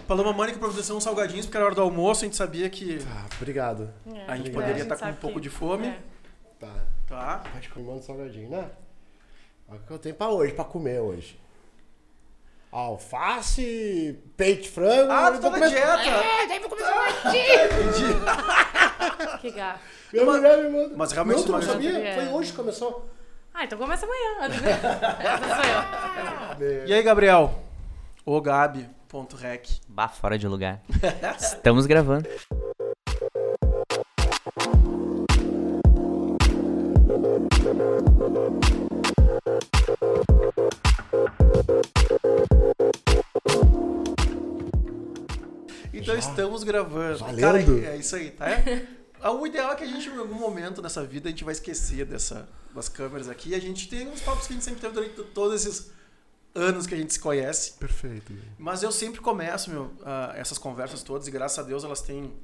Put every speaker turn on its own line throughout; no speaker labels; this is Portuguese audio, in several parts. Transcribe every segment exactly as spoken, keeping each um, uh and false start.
Paloma Mânica providenciou uns salgadinhos, porque era hora do almoço, a gente sabia que...
Tá, obrigado.
É, a gente obrigado. poderia estar tá com um pouco que... de fome. É.
Tá.
Tá.
Pode comer um salgadinho, né? É o que eu tenho pra hoje, pra comer hoje. Alface, peito de frango...
Ah, tu tá na
comer...
dieta!
É, daí vou comer salgadinho!
Que gato.
Minha mulher me manda.
Mas realmente
não, tu não sabia?
É.
Foi hoje que começou.
Ah, então começa amanhã. Essa sou eu.
E aí, Gabriel? O Gabi ponto rec.
Bah, fora de lugar. Estamos gravando.
Então Já? estamos gravando.
Valendo.
Cara, é isso aí, tá? O ideal é que a gente, em algum momento nessa vida, a gente vai esquecer dessa, das câmeras aqui. E a gente tem uns papos que a gente sempre teve durante todos esses anos que a gente se conhece.
Perfeito.
Mas eu sempre começo, meu, uh, essas conversas todas, e graças a Deus elas têm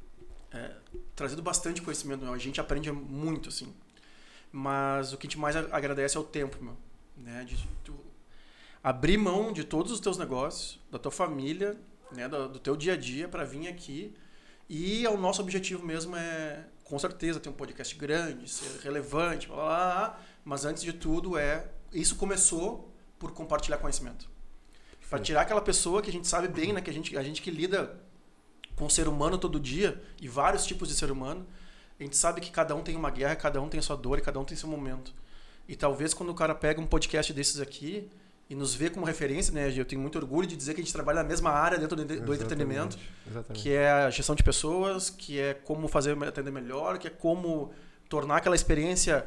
é, trazido bastante conhecimento. Meu. A gente aprende muito, assim. Mas o que a gente mais agradece é o tempo, meu. Né? De tu abrir mão de todos os teus negócios, da tua família, né? do, do teu dia a dia, para vir aqui. E o nosso objetivo mesmo é, com certeza, ter um podcast grande, ser relevante, blá, blá, blá, mas antes de tudo é... Isso começou por compartilhar conhecimento. Para tirar aquela pessoa que a gente sabe bem, né, que a gente, a gente que lida com o ser humano todo dia, e vários tipos de ser humano, a gente sabe que cada um tem uma guerra, cada um tem a sua dor e cada um tem seu momento. E talvez quando o cara pega um podcast desses aqui e nos vê como referência, né? Eu tenho muito orgulho de dizer que a gente trabalha na mesma área dentro do, do Exatamente. entretenimento, Exatamente. que é a gestão de pessoas, que é como fazer atender melhor, que é como tornar aquela experiência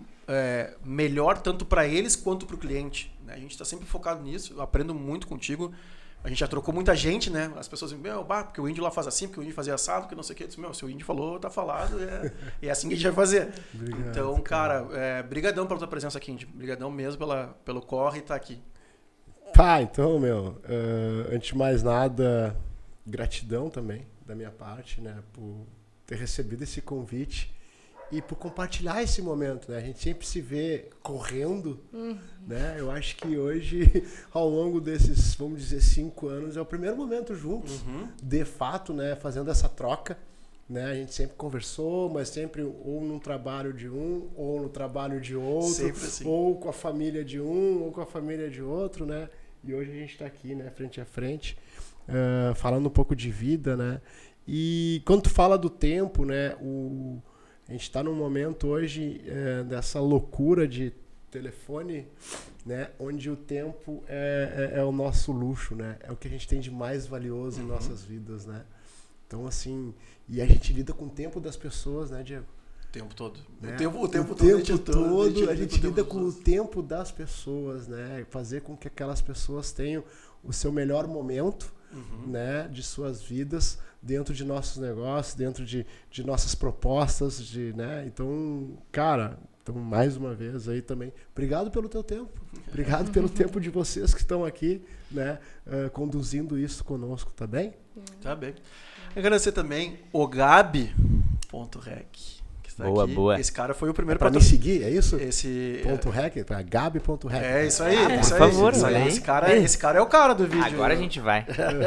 é, melhor tanto para eles quanto para o cliente. Né? A gente está sempre focado nisso, eu aprendo muito contigo. A gente já trocou muita gente, né? As pessoas dizem, meu, bah, porque o índio lá faz assim, porque o índio fazia assado, porque não sei o que. Eu disse, meu, se o índio falou, tá falado, é, é assim que a gente vai fazer. Obrigado, então, cara, é, brigadão pela tua presença aqui, índio. Brigadão mesmo pela, pelo corre e tá aqui.
Tá, então, meu, uh, antes de mais nada, gratidão também da minha parte, né? Por ter recebido esse convite e por compartilhar esse momento, né? A gente sempre se vê correndo, uhum. né? Eu acho que hoje, ao longo desses, vamos dizer, cinco anos, é o primeiro momento juntos, uhum. de fato, né? Fazendo essa troca, né? A gente sempre conversou, mas sempre ou no trabalho de um, ou no trabalho de outro, assim. ou com a família de um, ou com a família de outro, né? E hoje a gente está aqui, né? Frente a frente, uh, falando um pouco de vida, né? E quando tu fala do tempo, né? O A gente está num momento hoje é, dessa loucura de telefone, né, onde o tempo é, é, é o nosso luxo, né, é o que a gente tem de mais valioso uhum. em nossas vidas, né. Então, assim, e a gente lida com o tempo das pessoas, né, Diego?
O tempo todo.
Né?
O tempo, o tempo
o
todo,
tempo
a gente,
todo,
a gente,
a gente lida com
o
tempo das pessoas, né, fazer com que aquelas pessoas tenham o seu melhor momento, uhum. né, de suas vidas, dentro de nossos negócios, dentro de, de nossas propostas, de, né? Então, cara, então mais uma vez aí também, obrigado pelo teu tempo, obrigado pelo tempo de vocês que estão aqui, né, uh, conduzindo isso conosco, tá bem?
Tá bem. Agradecer também o Gabi ponto rec.
Boa,
aqui.
boa.
Esse cara foi o primeiro
é pra me seguir, é isso?
Esse
ponto rec, para Gabi ponto rec.
É isso aí,
ah,
é isso
por
aí.
favor,
isso aí. Esse cara, esse cara é o cara do vídeo.
Agora a gente vai.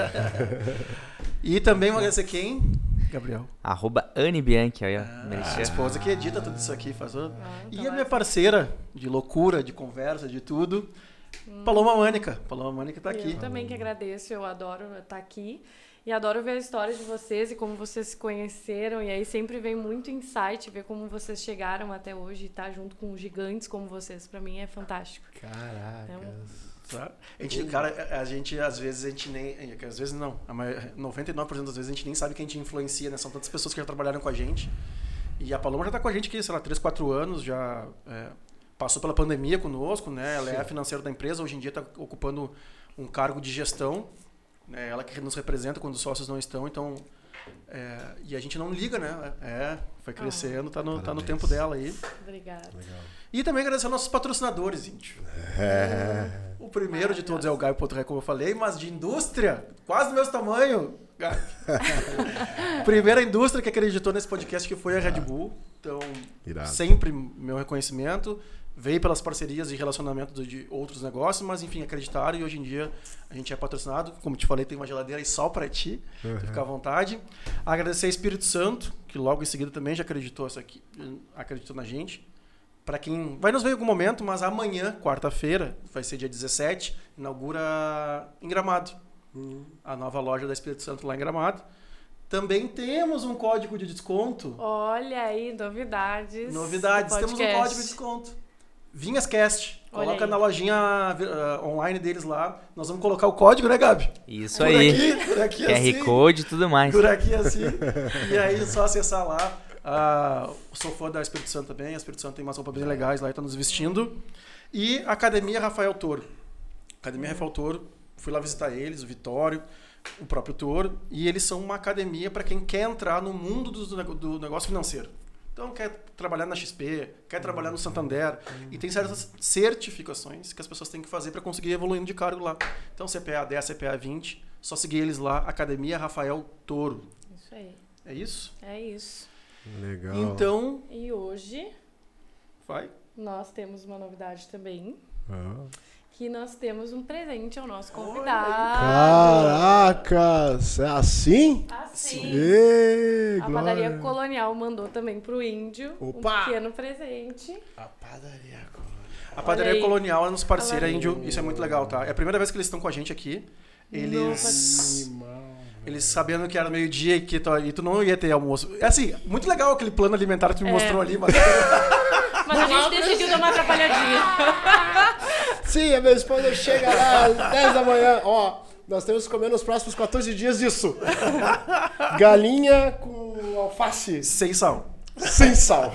E também agradecer quem? Gabriel.
Arroba Anne Bianchi, aí, ó.
Ah, a esposa que edita tudo isso aqui, faz tudo. Ah, então e a minha parceira de loucura, de conversa, de tudo, hum. Paloma Mânica. Paloma Mânica tá aqui.
Eu também que agradeço, eu adoro estar aqui. E adoro ver a história de vocês e como vocês se conheceram. E aí sempre vem muito insight, ver como vocês chegaram até hoje e estar junto com gigantes como vocês. Pra mim é fantástico.
Caraca.
Então,
a gente, cara, a gente, às vezes, a gente nem... Às vezes não. noventa e nove por cento das vezes a gente nem sabe quem a gente influencia, né? São tantas pessoas que já trabalharam com a gente. E a Paloma já tá com a gente aqui, sei lá, três, quatro anos. Já é, passou pela pandemia conosco, né? Ela Sim. é a financeira da empresa. Hoje em dia tá ocupando um cargo de gestão. É ela que nos representa quando os sócios não estão, então... É, e a gente não liga, né? É, foi crescendo, tá no, tá no tempo dela aí.
Obrigada.
Legal.
E também agradecer aos nossos patrocinadores, gente.
É.
O primeiro de todos é o Gabi ponto rec, como eu falei, mas de indústria, quase do mesmo tamanho. Primeira indústria que acreditou nesse podcast que foi a Red Bull. Então,
Irado.
Sempre meu reconhecimento. veio pelas parcerias e relacionamento do- de outros negócios, mas enfim, acreditaram e hoje em dia a gente é patrocinado. Como te falei, tem uma geladeira e sal para ti,
Uhum.
tu fica à vontade. Agradecer ao Espírito Santo, que logo em seguida também já acreditou, essa aqui, acreditou na gente. Para quem vai nos ver em algum momento, mas amanhã, quarta-feira, vai ser dia dezessete, inaugura em Gramado,
Hum.
a nova loja da Espírito Santo lá em Gramado. Também temos um código de desconto.
Olha aí, novidades.
Novidades,
do
temos um
podcast.
código de desconto. Vinhascast.
Olha
Coloca
aí.
na lojinha uh, online deles lá. Nós vamos colocar o código, né, Gabi?
Isso
Por
aí.
aqui, por aqui
Q R
assim.
Code e tudo mais.
Por aqui assim. E aí é só acessar lá. Uh, sou fã da Espírito Santo também. A Espírito Santo tem umas roupas bem legais lá e tá nos vestindo. E Academia Rafael Toro. Academia Rafael Toro. Fui lá visitar eles, o Vitório, o próprio Toro. E eles são uma academia para quem quer entrar no mundo do, nego- do negócio financeiro. Então, quer trabalhar na X P, quer trabalhar no Santander. E tem certas certificações que as pessoas têm que fazer para conseguir evoluir de cargo lá. Então, C P A dez, C P A vinte, só seguir eles lá, Academia Rafael Toro.
Isso aí.
É isso?
É isso.
Legal.
Então,
E hoje
vai.
nós temos uma novidade também.
Ah.
Que nós temos um presente ao nosso
Olha aí.
convidado.
Caracas, é assim?
Assim.
Ê,
A
glória.
padaria Colonial mandou também pro Índio
Opa!
um pequeno presente.
A padaria.
A Padaria
aí.
Colonial é nos parceira
Olha aí.
índio. Isso é muito legal, tá? É a primeira vez que eles estão com a gente aqui. Eles...
Animal.
Eles sabendo que era meio-dia e que tu, e tu não ia ter almoço. É assim, muito legal aquele plano alimentar que tu me
É.
mostrou ali, mas...
Mas a gente decidiu dar uma atrapalhadinha.
Sim, a minha esposa chega lá às dez da manhã. Ó, nós temos que comer nos próximos quatorze dias isso. Galinha com alface
Sem sal.
sem sal.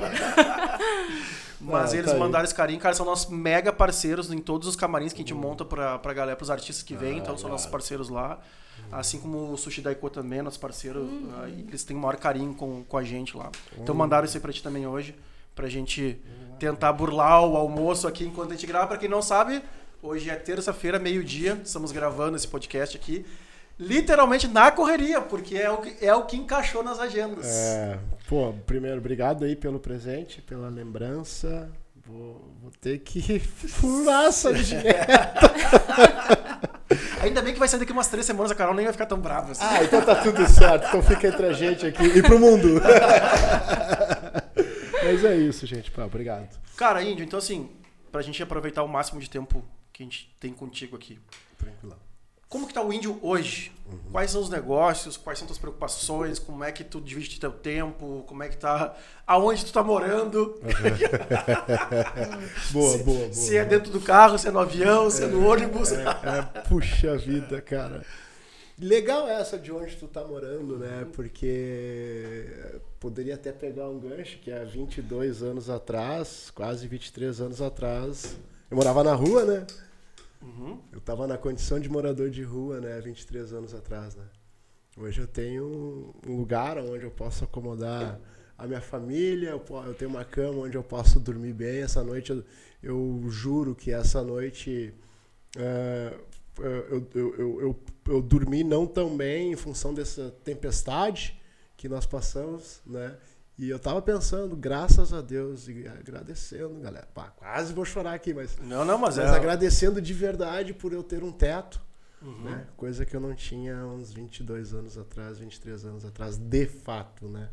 Mas
Ah,
eles
tá aí.
mandaram esse carinho, cara, são nossos mega parceiros em todos os camarins que a gente monta pra, pra galera, pros artistas que vêm, então são nossos parceiros lá. Assim como o Sushi Daiko também, nosso parceiro, ah, e eles têm o maior carinho com, com a gente lá. Então mandaram isso aí pra ti também hoje, pra gente tentar burlar o almoço aqui enquanto a gente grava. Pra quem não sabe, hoje é terça-feira, meio-dia, estamos gravando esse podcast aqui. Literalmente na correria, porque é o que, é o que encaixou nas agendas.
É, pô, primeiro, obrigado aí pelo presente, pela lembrança. Vou, vou ter que furar essa dieta.
Ainda bem que vai ser daqui umas três semanas, a Carol nem vai ficar tão brava assim.
Ah, então tá tudo certo. Então fica entre a gente aqui e pro mundo. Mas é isso, gente. Pá, obrigado.
Cara, Índio, então assim, pra gente aproveitar o máximo de tempo que a gente tem contigo aqui.
Tranquilo.
Como que tá o Índio hoje? Quais são os negócios? Quais são tuas preocupações? Como é que tu divide teu tempo? Como é que tá... Aonde tu tá morando?
Boa,
se,
boa, boa.
Se é dentro do carro, se é no avião, se é no ônibus.
É, puxa vida, cara. Legal essa de onde tu tá morando, né? Porque poderia até pegar um gancho que há vinte e dois anos atrás, quase vinte e três anos atrás, eu morava na rua, né?
Uhum.
Eu tava na condição de morador de rua, né? vinte e três anos atrás, né? Hoje eu tenho um lugar onde eu posso acomodar a minha família, eu, po- eu tenho uma cama onde eu posso dormir bem. Essa noite, eu, eu juro que essa noite é, eu, eu, eu, eu, eu dormi não tão bem em função dessa tempestade que nós passamos, né? E eu tava pensando, graças a Deus, e agradecendo, galera. Pá, quase vou chorar aqui, mas,
Não, não, mas,
mas
é...
agradecendo de verdade por eu ter um teto.
Uhum.
Né? Coisa que eu não tinha há uns vinte e dois anos atrás, vinte e três anos atrás, de fato, né?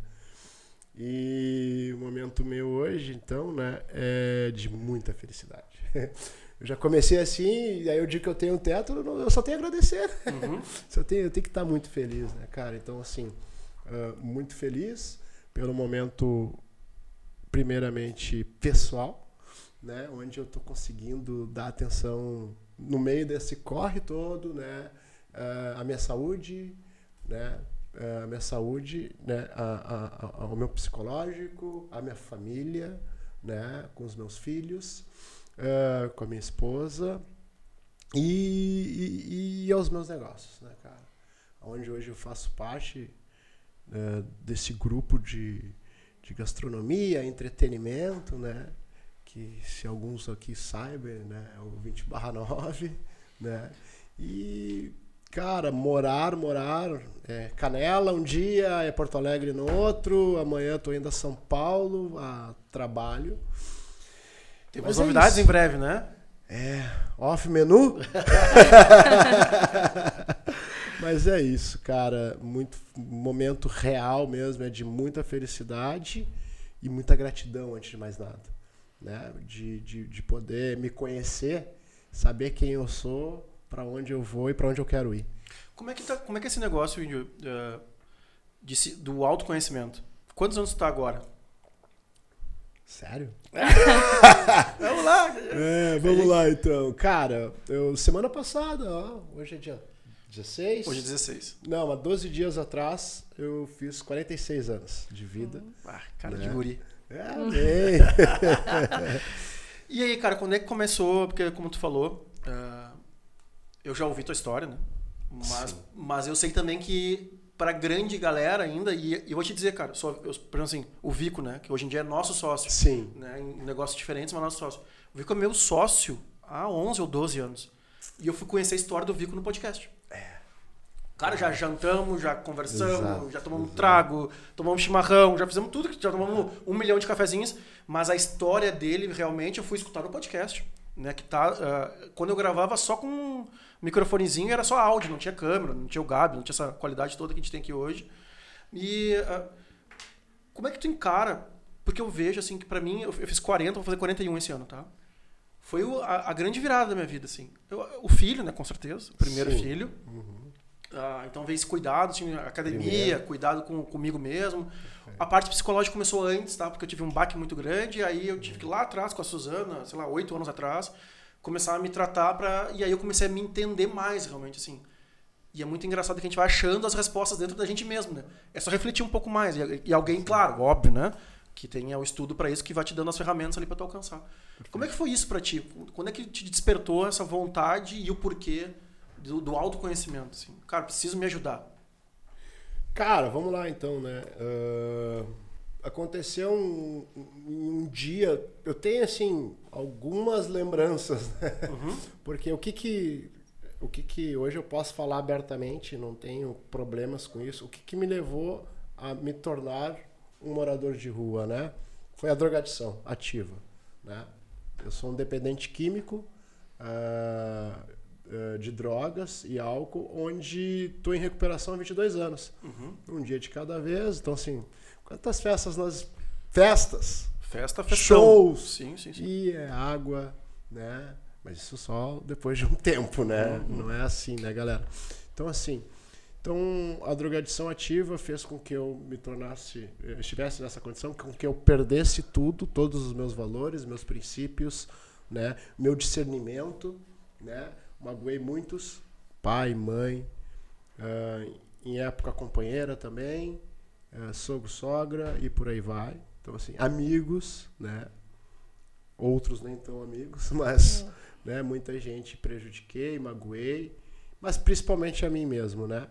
E o momento meu hoje, então, né, é de muita felicidade. Eu já comecei assim, e aí eu digo que eu tenho um teto, eu não- eu só tenho a agradecer.
Uhum.
Só tenho, eu tenho que estar muito feliz, né, cara? Então, assim, ah, muito feliz pelo momento, primeiramente, pessoal, né? Onde eu tô conseguindo dar atenção no meio desse corre todo, né? Uh, a minha saúde, né? Uh, a minha saúde, né? A, a, a, ao meu psicológico, a minha família, né? Com os meus filhos, uh, com a minha esposa e, e, e aos meus negócios, né, cara? Onde hoje eu faço parte uh, desse grupo de, de gastronomia, entretenimento, né? Que se alguns aqui saibam, né, é o vinte barra nove, né, e, cara, morar, morar, é Canela um dia, é Porto Alegre no outro, amanhã tô indo a São Paulo a trabalho,
Temos
Mas é
novidades
isso.
em breve, né?
É, off menu? Mas é isso, cara. Muito momento real mesmo, é de muita felicidade e muita gratidão, antes de mais nada. Né? De, de, de poder me conhecer, saber quem eu sou, para onde eu vou e para onde eu quero ir.
Como é que, tá, como é, que é esse negócio, Índio, uh, de, se- do autoconhecimento? Quantos anos tu tá agora?
Sério?
Vamos lá!
É, vamos lá então. Cara, eu, semana passada, ó, hoje é dia dezesseis?
Hoje é dezesseis.
Não, mas doze dias atrás eu fiz quarenta e seis anos de vida.
Ah, cara
Né?
de guri.
É, amei.
E aí, cara, quando é que começou? Porque, como tu falou, uh, eu já ouvi tua história, né? Mas,
Sim.
mas eu sei também que pra grande galera ainda, e eu vou te dizer, cara, só, eu, por exemplo assim, o Vico, né? Que hoje em dia é nosso sócio.
Sim.
Né, em negócios diferentes, mas nosso sócio. O Vico é meu sócio há onze ou doze anos. E eu fui conhecer a história do Vico no podcast.
É.
Cara, já jantamos, já conversamos,
Exato,
já tomamos
exato.
trago, tomamos chimarrão, já fizemos tudo, já tomamos um milhão de cafezinhos, mas a história dele realmente eu fui escutar no podcast. Né, que tá, uh, quando eu gravava só com um microfonezinho era só áudio, não tinha câmera, não tinha o Gabi, não tinha essa qualidade toda que a gente tem aqui hoje. E uh, como é que tu encara? Porque eu vejo assim que pra mim, eu, eu fiz quarenta, vou fazer quarenta e um esse ano, tá? Foi o, a, a grande virada da minha vida, assim. Eu, o filho, né, com certeza, o primeiro
Sim.
filho.
Uhum.
Uh, então veio esse cuidado, assim, academia,
Primeiro.
cuidado com, comigo mesmo. A parte psicológica começou antes, tá? Porque eu tive um baque muito grande, e aí eu tive que ir lá atrás com a Suzana, sei lá, oito anos atrás, começar a me tratar pra... E aí eu comecei a me entender mais, realmente, assim. E é muito engraçado que a gente vai achando as respostas dentro da gente mesmo, né? É só refletir um pouco mais. E, e alguém, claro, óbvio, né? Que tenha o estudo pra isso, que vai te dando as ferramentas ali pra tu alcançar. Como é que foi isso pra ti? Quando é que te despertou essa vontade e o porquê do, do autoconhecimento, assim? Cara, preciso me ajudar.
Cara, vamos lá então, né? Uh, aconteceu um, um, um dia, eu tenho assim algumas lembranças, né?
Uhum.
Porque o que que, o que que hoje eu posso falar abertamente, não tenho problemas com isso. O que que me levou a me tornar um morador de rua, né? Foi a drogadição ativa, né? Eu sou um dependente químico. Uh, de drogas e álcool, onde estou em recuperação há vinte e dois anos.
Uhum.
Um dia de cada vez. Então, assim, quantas festas nós... Festas!
Festa, festão.
Shows!
Sim, sim, sim.
E é água, né? Mas isso só depois de um tempo, né?
Uhum.
Não é assim, né, galera? Então, assim... Então, a drogadição ativa fez com que eu me tornasse... Eu estivesse nessa condição, com que eu perdesse tudo, todos os meus valores, meus princípios, né? Meu discernimento, né? Magoei muitos, pai, mãe, uh, em época companheira também, uh, sogro, sogra e por aí vai. Então, assim, amigos, né? Outros nem tão amigos, mas né, muita gente prejudiquei, magoei, mas principalmente a mim mesmo, né?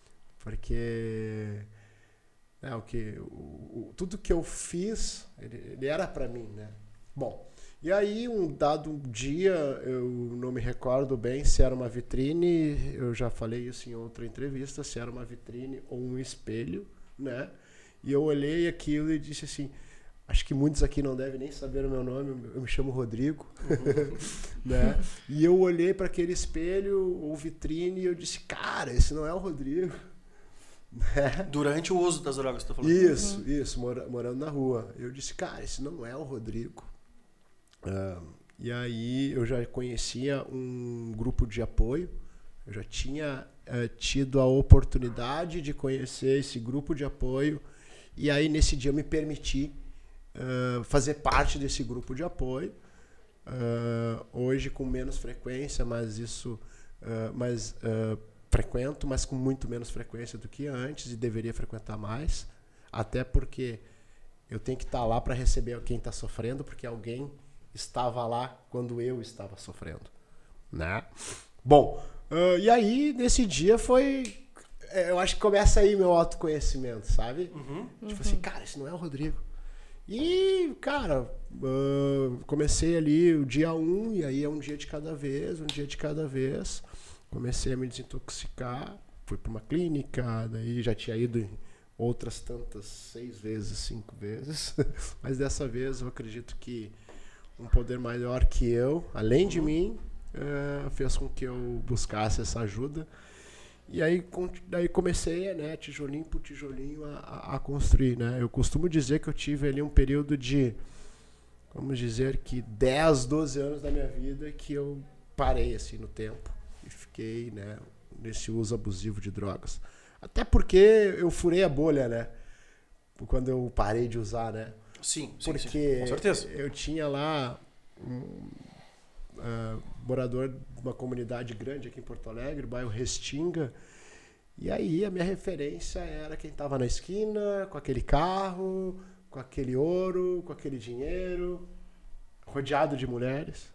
Porque né, o que, o, o, tudo que eu fiz, ele, ele era pra mim, né? Bom, e aí um dado dia, eu não me recordo bem se era uma vitrine, eu já falei isso em outra entrevista, se era uma vitrine ou um espelho, né? E eu olhei aquilo e disse assim, acho que muitos aqui não devem nem saber o meu nome, eu me chamo Rodrigo, uhum. né? E eu olhei para aquele espelho ou vitrine e eu disse, cara, esse não é o Rodrigo. Né?
Durante o uso das drogas, você tá falando?
Isso, uhum. isso, mora, morando na rua. Eu disse, cara, esse não é o Rodrigo. Uh, e aí eu já conhecia um grupo de apoio, eu já tinha uh, tido a oportunidade de conhecer esse grupo de apoio, e aí nesse dia eu me permiti uh, fazer parte desse grupo de apoio, uh, hoje com menos frequência, mas isso uh, mas, uh, frequento, mas com muito menos frequência do que antes, e deveria frequentar mais, até porque eu tenho que estar lá para receber quem está sofrendo, porque alguém estava lá quando eu estava sofrendo, né? Bom, uh, e aí nesse dia foi, eu acho que começa aí meu autoconhecimento, sabe?
Uhum.
Tipo
Uhum.
assim, cara, esse não é o Rodrigo. E, cara, uh, comecei ali o dia um, e aí é um dia de cada vez, um dia de cada vez. Comecei a me desintoxicar, fui para uma clínica, daí já tinha ido em outras tantas, seis vezes, cinco vezes. Mas dessa vez eu acredito que um poder maior que eu, além de mim, uh, fez com que eu buscasse essa ajuda. E aí com, daí comecei, né, tijolinho por tijolinho, a, a construir, né? Eu costumo dizer que eu tive ali um período de, vamos dizer que dez, doze anos da minha vida que eu parei assim no tempo e fiquei, né, nesse uso abusivo de drogas. Até porque eu furei a bolha, né? Quando eu parei de usar, né?
Sim, sim,
porque
sim. Com certeza.
Eu tinha lá um uh, morador de uma comunidade grande aqui em Porto Alegre, bairro Restinga, e aí a minha referência era quem estava na esquina, com aquele carro, com aquele ouro, com aquele dinheiro, rodeado de mulheres,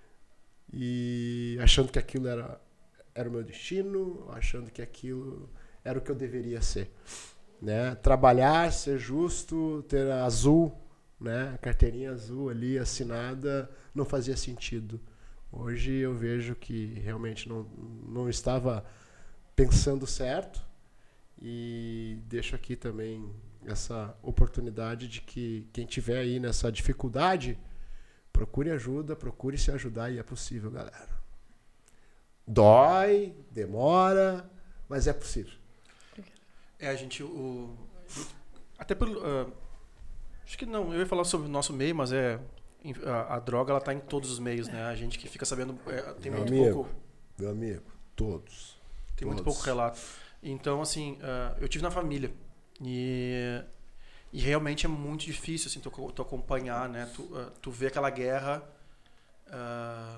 e achando que aquilo era, era o meu destino, achando que aquilo era o que eu deveria ser. Né? Trabalhar, ser justo, ter a azul, né? A carteirinha azul ali assinada, não fazia sentido. Hoje eu vejo que realmente não, não estava pensando certo, e deixo aqui também essa oportunidade de que quem tiver aí nessa dificuldade, procure ajuda, procure se ajudar, e é possível, galera. Dói, demora, mas é possível.
É, a gente, o, até pelo, uh, acho que não, eu ia falar sobre o nosso meio, mas é, a, a droga, ela tá em todos os meios, né? A gente que fica sabendo, é, tem
meu
muito
amigo,
pouco...
Meu amigo, todos.
Tem
todos.
muito pouco relato. Então, assim, uh, eu tive na família, e, e realmente é muito difícil, assim, tu, tu acompanhar, né? Tu, uh, tu vê aquela guerra, uh,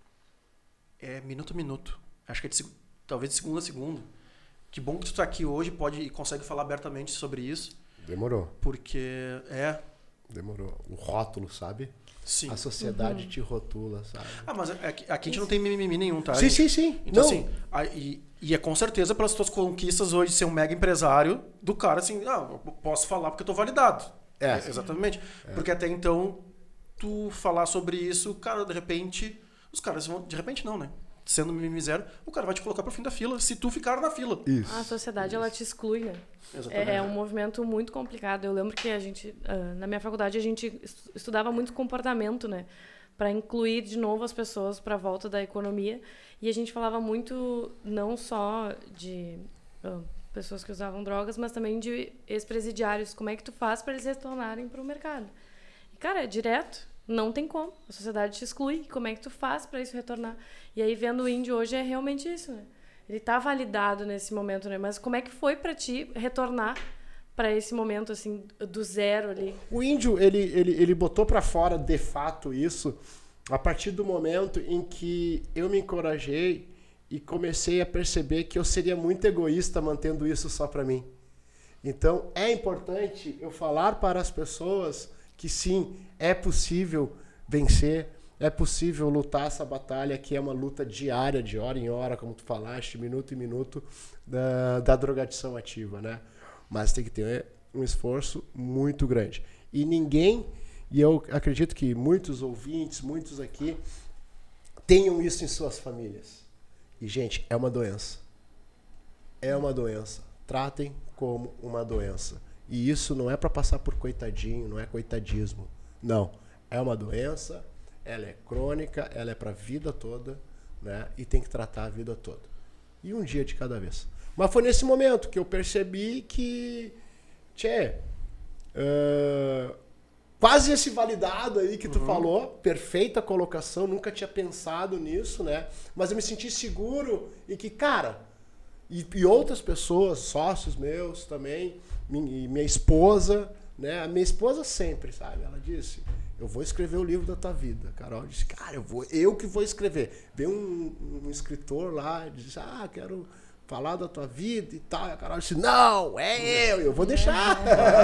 é minuto a minuto, acho que é de, talvez de segundo a segundo. Que bom que tu está aqui hoje, pode e consegue falar abertamente sobre isso.
Demorou.
Porque é...
Demorou. O rótulo, sabe?
Sim.
A sociedade uhum. te rotula, sabe?
Ah, mas aqui, aqui a gente não tem mimimi nenhum, tá?
Sim, sim, sim.
Então,
não.
assim, a, e, e é com certeza pelas tuas conquistas hoje de ser um mega empresário, do cara assim, ah, eu posso falar porque eu tô validado.
É.
é exatamente. É. Porque até então, tu falar sobre isso, cara, de repente, os caras vão... De repente não, né? Sendo mimimi zero, o cara vai te colocar pro fim da fila, se tu ficar na fila.
Isso.
A sociedade, Isso. ela te exclui, né?
Exatamente.
É, é um movimento muito complicado. Eu lembro que a gente, uh, na minha faculdade, a gente estudava muito comportamento, né? Para incluir de novo as pessoas para a volta da economia. E a gente falava muito, não só de uh, pessoas que usavam drogas, mas também de ex-presidiários. Como é que tu faz para eles retornarem para o mercado? E, cara, é direto. Não tem como. A sociedade te exclui. Como é que tu faz para isso retornar? E aí, vendo o índio hoje, é realmente isso, né? Ele tá validado nesse momento, né? Mas como é que foi para ti retornar para esse momento, assim, do zero ali?
O índio, ele, ele, ele botou para fora, de fato, isso a partir do momento em que eu me encorajei e comecei a perceber que eu seria muito egoísta mantendo isso só para mim. Então, é importante eu falar para as pessoas que sim, é possível vencer, é possível lutar essa batalha, que é uma luta diária, de hora em hora, como tu falaste, minuto em minuto, da, da drogadição ativa, né? Mas tem que ter um esforço muito grande. E ninguém, e eu acredito que muitos ouvintes, muitos aqui, tenham isso em suas famílias. E, gente, é uma doença. É uma doença. Tratem como uma doença. E isso não é para passar por coitadinho, não é coitadismo. Não. É uma doença, ela é crônica, ela é para a vida toda, né? E tem que tratar a vida toda. E um dia de cada vez. Mas foi nesse momento que eu percebi que, tchê, uh, quase esse validado aí que tu uhum. falou, perfeita colocação, nunca tinha pensado nisso, né? Mas eu me senti seguro e que, cara, e, e outras pessoas, sócios meus também, minha, minha esposa, né? A minha esposa sempre, sabe? Ela disse, eu vou escrever o livro da tua vida. A Carol disse, cara, eu, vou, eu que vou escrever. Veio um, um escritor lá, disse, ah, quero falar da tua vida e tal. E a Carol disse, não, é eu, eu vou deixar.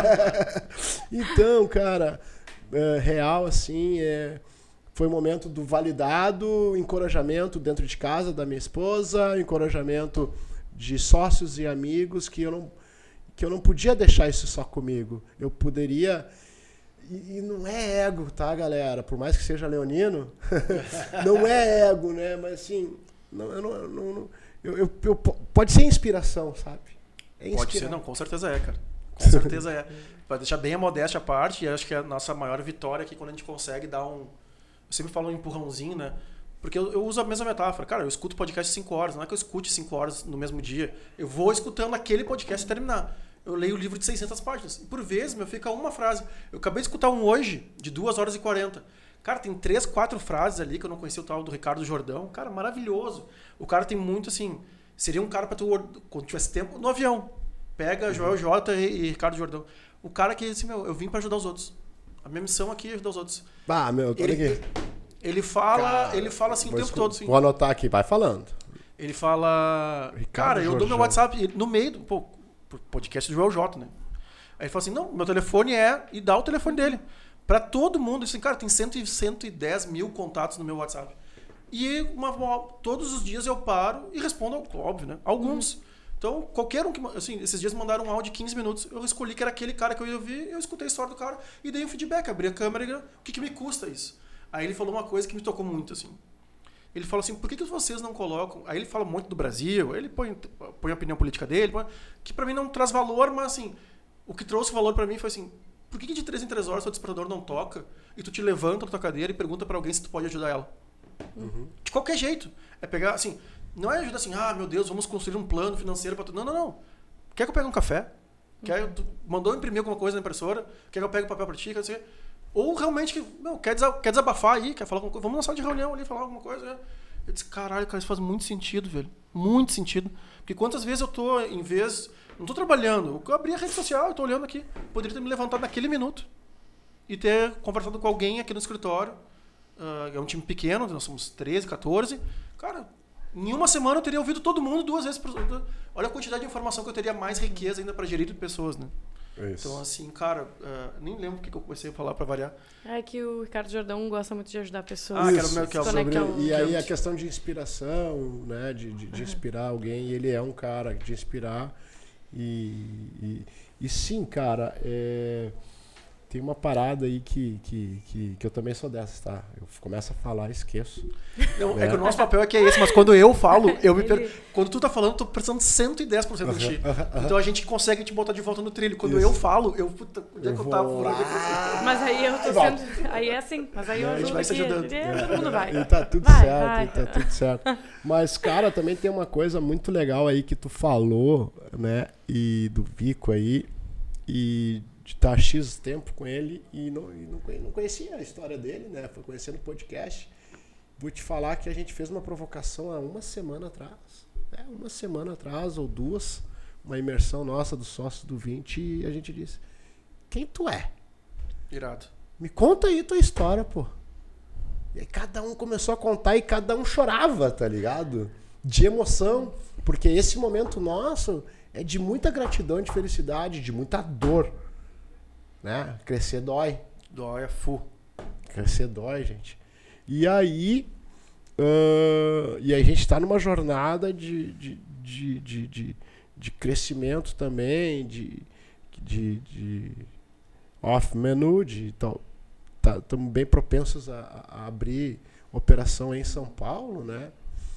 Então, cara, é, real, assim, é, foi o momento do validado, encorajamento dentro de casa da minha esposa, encorajamento de sócios e amigos que eu não, que eu não podia deixar isso só comigo. Eu poderia... E, e não é ego, tá, galera? Por mais que seja leonino, não é ego, né? Mas, assim, não, eu não... não, não eu, eu, eu, pode ser inspiração, sabe? É
pode ser, não, com certeza é, cara. Com certeza é. Para deixar bem a modéstia à parte, e acho que é a nossa maior vitória aqui quando a gente consegue dar um, eu sempre falo um empurrãozinho, né? Porque eu, eu uso a mesma metáfora. Cara, eu escuto podcast cinco horas. Não é que eu escute cinco horas no mesmo dia. Eu vou escutando aquele podcast até terminar. Eu leio o livro de seiscentas páginas. E por vezes, meu, fica uma frase. Eu acabei de escutar um hoje, de duas horas e quarenta. Cara, tem três, quatro frases ali que eu não conhecia, o tal do Ricardo Jordão. Cara, maravilhoso. O cara tem muito, assim... Seria um cara pra tu, quando tivesse tempo, no avião. Pega uhum. Joel J e, e Ricardo Jordão. O cara que, assim, meu, eu vim pra ajudar os outros. A minha missão aqui é ajudar os outros.
Ah, meu, tô
ele,
aqui.
Ele fala,
cara,
ele fala assim o tempo todo. Assim.
Vou anotar aqui, vai falando.
Ele fala...
Ricardo
cara, eu
Jordão.
dou meu WhatsApp no meio do pô, podcast do Joel J, né? Aí ele fala assim, não, meu telefone é... E dá o telefone dele. Pra todo mundo. Assim, cara, tem cento e dez mil contatos no meu WhatsApp. E uma, uma, todos os dias eu paro e respondo, óbvio, né? Alguns. Hum. Então, qualquer um que... Assim, esses dias mandaram um áudio de quinze minutos. Eu escolhi que era aquele cara que eu ia ouvir. Eu escutei a história do cara e dei um feedback. Abri a câmera e... O que, que me custa isso? Aí ele falou uma coisa que me tocou muito, assim. Ele falou assim, por que, que vocês não colocam... Aí ele fala muito do Brasil, ele põe, põe a opinião política dele, põe, que pra mim não traz valor, mas assim, o que trouxe valor pra mim foi assim, por que, que de três em três horas o despertador não toca e tu te levanta da tua cadeira e pergunta pra alguém se tu pode ajudar ela? Uhum. De qualquer jeito. É pegar, assim, não é ajudar assim, ah, meu Deus, vamos construir um plano financeiro pra tu... Não, não, não. Quer que eu pegue um café? Quer, tu mandou imprimir alguma coisa na impressora? Quer que eu pegue um papel pra ti? Quer dizer... Ou realmente, não, quer, desa- quer desabafar aí, quer falar alguma coisa, vamos na sala de reunião ali, falar alguma coisa. Né? Eu disse, caralho, cara, isso faz muito sentido, velho. Muito sentido. Porque quantas vezes eu tô, em vez... Não tô trabalhando, eu abri a rede social, eu tô olhando aqui. Poderia ter me levantado naquele minuto e ter conversado com alguém aqui no escritório. Uh, é um time pequeno, nós somos treze, quatorze. Cara, em uma semana eu teria ouvido todo mundo duas vezes. Por... Olha a quantidade de informação que eu teria mais riqueza ainda pra gerir de pessoas, né? Isso. Então, assim, cara, uh, nem lembro o que eu comecei a falar pra variar.
É que o Ricardo Jordão gosta muito de ajudar pessoas.
Ah, quero meu que é
sobre, E aí a questão de inspiração, né? De, de, de uhum. inspirar alguém. E ele é um cara de inspirar. E, e, e sim, cara, é, tem uma parada aí que, que, que, que eu também sou dessas, tá? Eu começo a falar e esqueço.
Não, é. é que o nosso papel é que é esse, mas quando eu falo, eu me per... quando tu tá falando, eu tô prestando cento e dez por cento de ti. Então a gente consegue te botar de volta no trilho. Quando Isso. eu falo, eu... Puta, onde é que eu, eu tava?
Mas aí eu tô sendo... Aí é assim, mas aí eu ajudo
a gente vai se ajudando.
E, e todo mundo vai.
E tá tudo
vai,
certo,
vai.
E tá tudo certo. Mas, cara, também tem uma coisa muito legal aí que tu falou, né? E do Vico aí. E... de estar X tempo com ele e não, e não conhecia a história dele, né? Foi conhecendo o podcast. Vou te falar que a gente fez uma provocação há uma semana atrás. É, uma semana atrás ou duas. Uma imersão nossa do sócio do vinte e a gente disse, quem tu é?
Irado.
Me conta aí tua história, pô. E aí cada um começou a contar e cada um chorava, tá ligado? De emoção. Porque esse momento nosso é de muita gratidão, de felicidade, de muita dor. Né? Crescer dói.
Dói é fu.
Crescer dói, gente. E aí, uh, e aí a gente está numa jornada de, de, de, de, de, de crescimento também, de, de, de off menu, de estamos tá, bem propensos a, a abrir operação em São Paulo, né?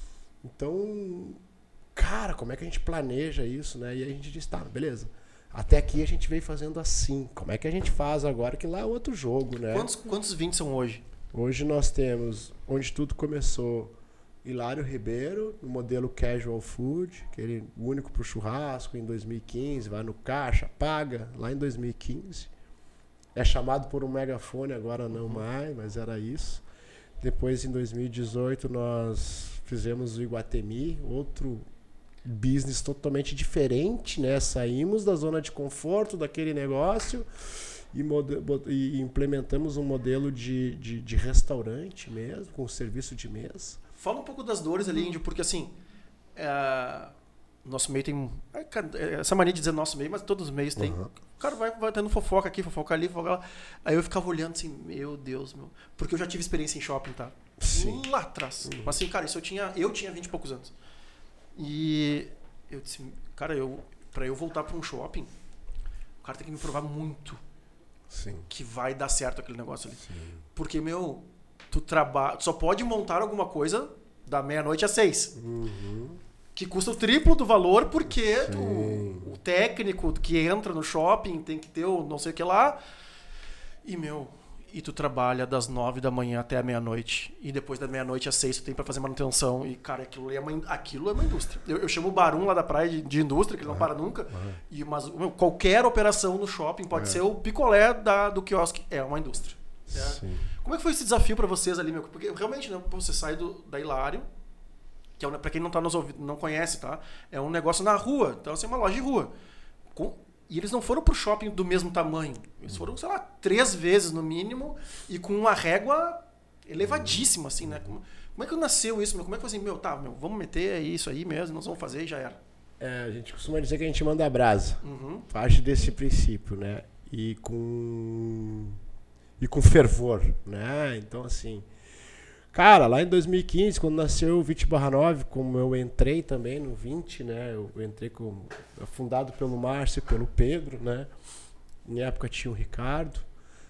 Então, cara, como é que a gente planeja isso, né? E aí a gente diz, tá, beleza. Até aqui a gente veio fazendo assim. Como é que a gente faz agora? Que lá é outro jogo, né?
Quantos, quantos vinte são hoje?
Hoje nós temos, onde tudo começou, Hilário Ribeiro, no modelo Casual Food, aquele único para o churrasco, em dois mil e quinze, vai no caixa, paga, lá em dois mil e quinze. É chamado por um megafone, agora não mais, mas era isso. Depois, em dois mil e dezoito, nós fizemos o Iguatemi, outro business totalmente diferente, né? Saímos da zona de conforto daquele negócio e, mode- e implementamos um modelo de, de, de restaurante mesmo, com serviço de mesa.
Fala um pouco das dores ali, Índio, porque assim, é, nosso meio tem essa mania de dizer nosso meio, mas todos os meios tem. Uhum. O cara vai, vai tendo fofoca aqui, fofoca ali, fofoca lá. Aí eu ficava olhando assim, meu Deus, meu. Porque eu já tive experiência em shopping, tá?
Sim.
Lá atrás. Uhum. Mas assim, cara, isso eu tinha, eu tinha vinte e poucos anos. E eu disse, cara, eu, pra eu voltar pra um shopping, o cara tem que me provar muito.
Sim.
Que vai dar certo aquele negócio ali.
Sim.
Porque, meu, tu trabalha, tu só pode montar alguma coisa da meia-noite às seis.
Uhum.
Que custa o triplo do valor, porque tu, o técnico que entra no shopping tem que ter o não sei o que lá. E, meu, e tu trabalha das nove da manhã até a meia-noite. E depois da meia-noite às seis tu tem pra fazer manutenção. E, cara, aquilo é uma, aquilo é uma indústria. Eu, eu chamo o Barum lá da praia de, de indústria, que ele não para nunca. Uhum. E, mas meu, qualquer operação no shopping pode é. ser o picolé da, do quiosque. É uma indústria. É. Como é que foi esse desafio pra vocês ali, meu? Porque realmente, né, você sai do, da Hilário, que é, pra quem não, tá nos ouvindo, não conhece, tá? É um negócio na rua. Então, assim, é uma loja de rua. Com, e eles não foram pro shopping do mesmo tamanho. Eles foram, sei lá, três vezes no mínimo e com uma régua elevadíssima, assim, né? Como, como é que nasceu isso, meu? Como é que foi assim, meu, tá, meu, vamos meter isso aí mesmo, nós vamos fazer e já era.
É, a gente costuma dizer que a gente manda a brasa.
Uhum.
Parte desse princípio, né? E com... E com fervor, né? Então, assim... Cara, lá em dois mil e quinze, quando nasceu o vinte barra nove, como eu entrei também no vinte, né? Eu entrei como fundado pelo Márcio e pelo Pedro, né? Na época tinha o Ricardo.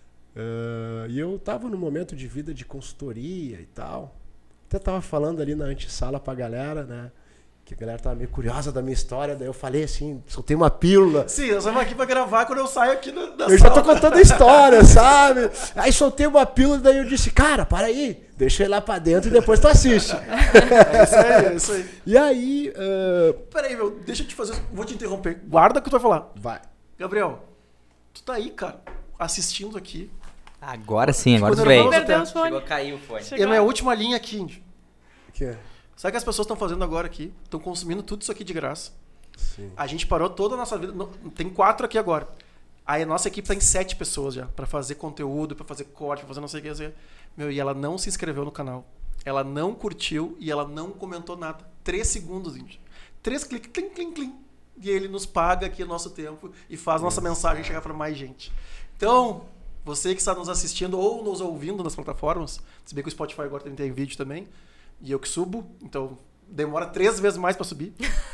Uh, e eu tava num momento de vida de consultoria e tal. Até tava falando ali na antessala pra galera, né? Que a galera tava meio curiosa da minha história, daí eu falei assim, soltei uma pílula.
Sim, nós estamos aqui pra gravar quando eu saio aqui da, da
Eu sala. Já tô contando a história, sabe? Aí soltei uma pílula, daí eu disse, cara, para aí, deixa eu ir lá pra dentro e depois tu assiste.
É isso aí, é isso aí.
E aí... Uh...
Peraí, meu, deixa eu te fazer, vou te interromper. Guarda o que tu vai falar.
Vai.
Gabriel, tu tá aí, cara, assistindo aqui.
Agora sim, agora tu veio.
Chegou
a cair o fone.
E a minha última linha aqui, Índio.
O que é?
Sabe o que as pessoas estão fazendo agora aqui? Estão consumindo tudo isso aqui de graça.
Sim.
A gente parou toda a nossa vida. Tem quatro aqui agora. Aí a nossa equipe tem sete pessoas já. Pra fazer conteúdo, pra fazer corte, pra fazer não sei o que. Assim. Meu, e ela não se inscreveu no canal. Ela não curtiu e ela não comentou nada. Três segundos, gente. Três cliques, clim, clim, clim. E ele nos paga aqui o nosso tempo e faz nossa mensagem chegar pra mais gente. Então, você que está nos assistindo ou nos ouvindo nas plataformas, se bem que o Spotify agora também tem vídeo também, e eu que subo, então demora três vezes mais para subir.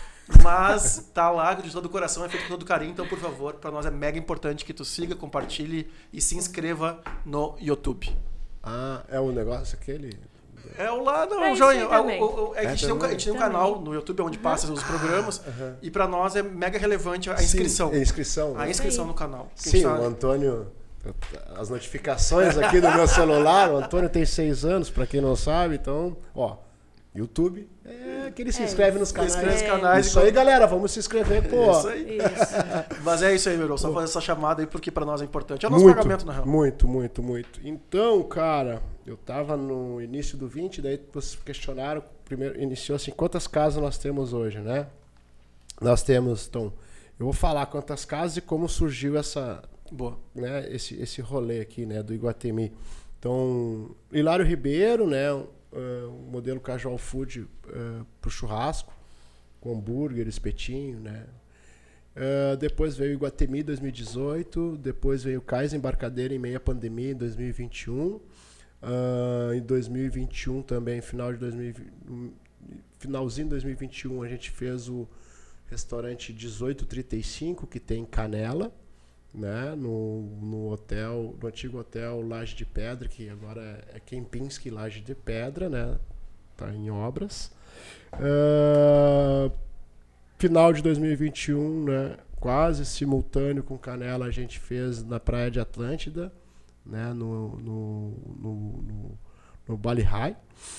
Mas tá lá de todo o coração, é feito com todo carinho. Então, por favor, para nós é mega importante que tu siga, compartilhe e se inscreva no YouTube.
Ah, é o negócio aquele...
É o lá, não,
é
o joinha.
É,
o, o, é que a gente tem um, a gente tem um canal no YouTube onde passa os programas
uhum.
e para nós é mega relevante a inscrição.
Sim, a inscrição.
A inscrição no canal.
Sim, tá... o Antônio... As notificações aqui do meu celular, o Antônio tem seis anos, pra quem não sabe, então, ó, YouTube é que ele se inscreve é, nos canais.
Inscreve nos canais.
Isso aí, galera, vamos se inscrever, pô.
Isso aí. Isso. Mas é isso aí, meu irmão, só fazer essa chamada aí porque pra nós é importante. É o nosso
muito,
pagamento, na real.
Muito, muito, muito. Então, cara, eu tava no início do vinte, daí vocês questionaram, primeiro iniciou assim, quantas casas nós temos hoje, né? Nós temos, então, eu vou falar quantas casas e como surgiu essa...
Boa.
Né, esse, esse rolê aqui, né, do Iguatemi. Então, Hilário Ribeiro, né, o uh, modelo casual food uh, pro churrasco, com hambúrguer, espetinho, né. Uh, depois veio o Iguatemi em dois mil e dezoito, depois veio o Cais Embarcadeira em meia pandemia em dois mil e vinte e um. Uh, em dois mil e vinte e um também, final de dois mil e vinte, finalzinho de dois mil e vinte e um, a gente fez o restaurante dezoito trinta e cinco, que tem Canela, né, no, no hotel, no antigo hotel Laje de Pedra, que agora é Kempinski Laje de Pedra, né, tá em obras. Uh, final de dois mil e vinte e um, né, quase simultâneo com Canela, a gente fez na Praia de Atlântida, né, no, no, no, no, no Bali High.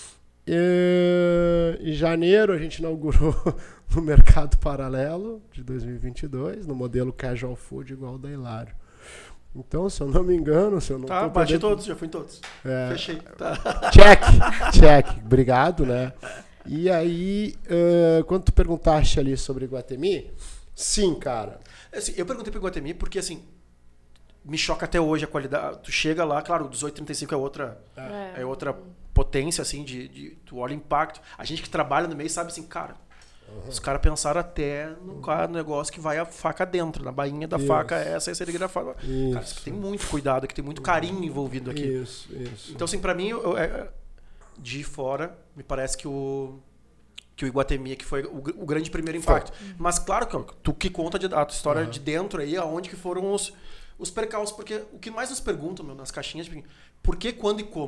E, em janeiro a gente inaugurou no Mercado Paralelo de dois mil e vinte e dois, no modelo Casual Food igual ao da Hilário. Então, se eu não me engano, se eu não
Tá,
tô
bati
podendo...
todos, já fui em todos. É... Fechei. Tá.
Check, check. Obrigado, né? E aí, uh, quando tu perguntaste ali sobre Iguatemi, sim, cara.
Assim, eu perguntei pro Iguatemi porque, assim, me choca até hoje a qualidade. Tu chega lá, claro, o dezoito trinta e cinco é outra... É, é outra... potência, assim, de, de tu olha o impacto. A gente que trabalha no meio sabe assim, cara, uhum. os caras pensaram até no, uhum. no negócio que vai a faca dentro, na bainha da isso. faca, essa é serigrafada. Cara, isso aqui tem muito cuidado, que tem muito carinho envolvido aqui.
Isso, isso.
Então, assim, pra mim, eu, é, de fora, me parece que o que o Iguatemi que foi o, o grande primeiro impacto. Uhum. Mas, claro, que tu que conta de, a tua história uhum. de dentro aí, aonde que foram os, os percalços, porque o que mais nos perguntam, meu, nas caixinhas, por que, quando e como?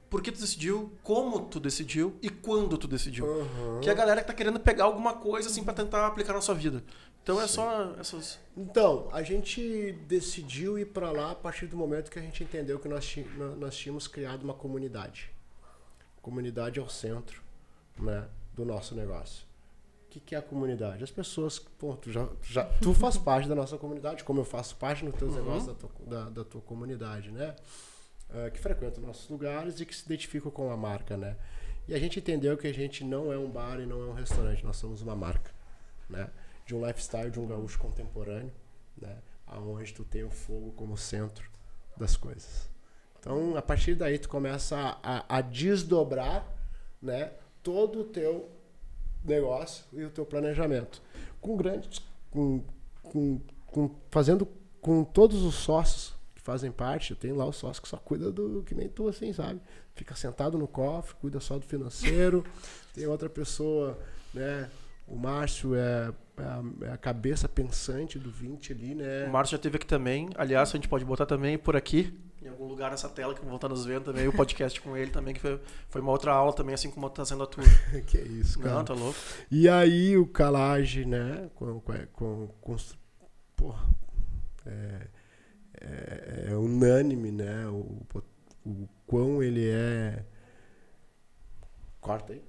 por que tu decidiu, como tu decidiu e quando tu decidiu.
Uhum.
Que é a galera que tá querendo pegar alguma coisa assim pra tentar aplicar na sua vida. Então é Sim. só essas...
Então, a gente decidiu ir pra lá a partir do momento que a gente entendeu que nós, tí- nós tínhamos criado uma comunidade. Comunidade é o centro, né, do nosso negócio. O que, que é a comunidade? As pessoas, pô, tu, já, já, tu faz parte da nossa comunidade, como eu faço parte nos teus uhum. negócios da tua, da, da tua comunidade, né? Uh, que frequentam nossos lugares e que se identificam com a marca, né? E a gente entendeu que a gente não é um bar e não é um restaurante, nós somos uma marca, né? De um lifestyle, de um gaúcho contemporâneo, né? Onde tu tem o fogo como centro das coisas. Então, a partir daí, tu começa a, a, a desdobrar, né, todo o teu negócio e o teu planejamento. Com grandes, com, com, com, fazendo com todos os sócios que fazem parte. Eu tenho lá o sócio que só cuida do que nem tu, assim, sabe? Fica sentado no cofre, cuida só do financeiro. Tem outra pessoa, né? O Márcio é, é, a, é a cabeça pensante do vinte ali, né?
O Márcio já esteve aqui também. Aliás, a gente pode botar também por aqui, em algum lugar nessa tela, que vão estar nos vendo também, o podcast com ele também, que foi, foi uma outra aula também, assim como está sendo a tua.
Que é isso, cara.
Não, tá louco.
E aí o Calage, né? Com, com, com, com, porra, é, é, é unânime, né? O, o quão ele é... Corta aí.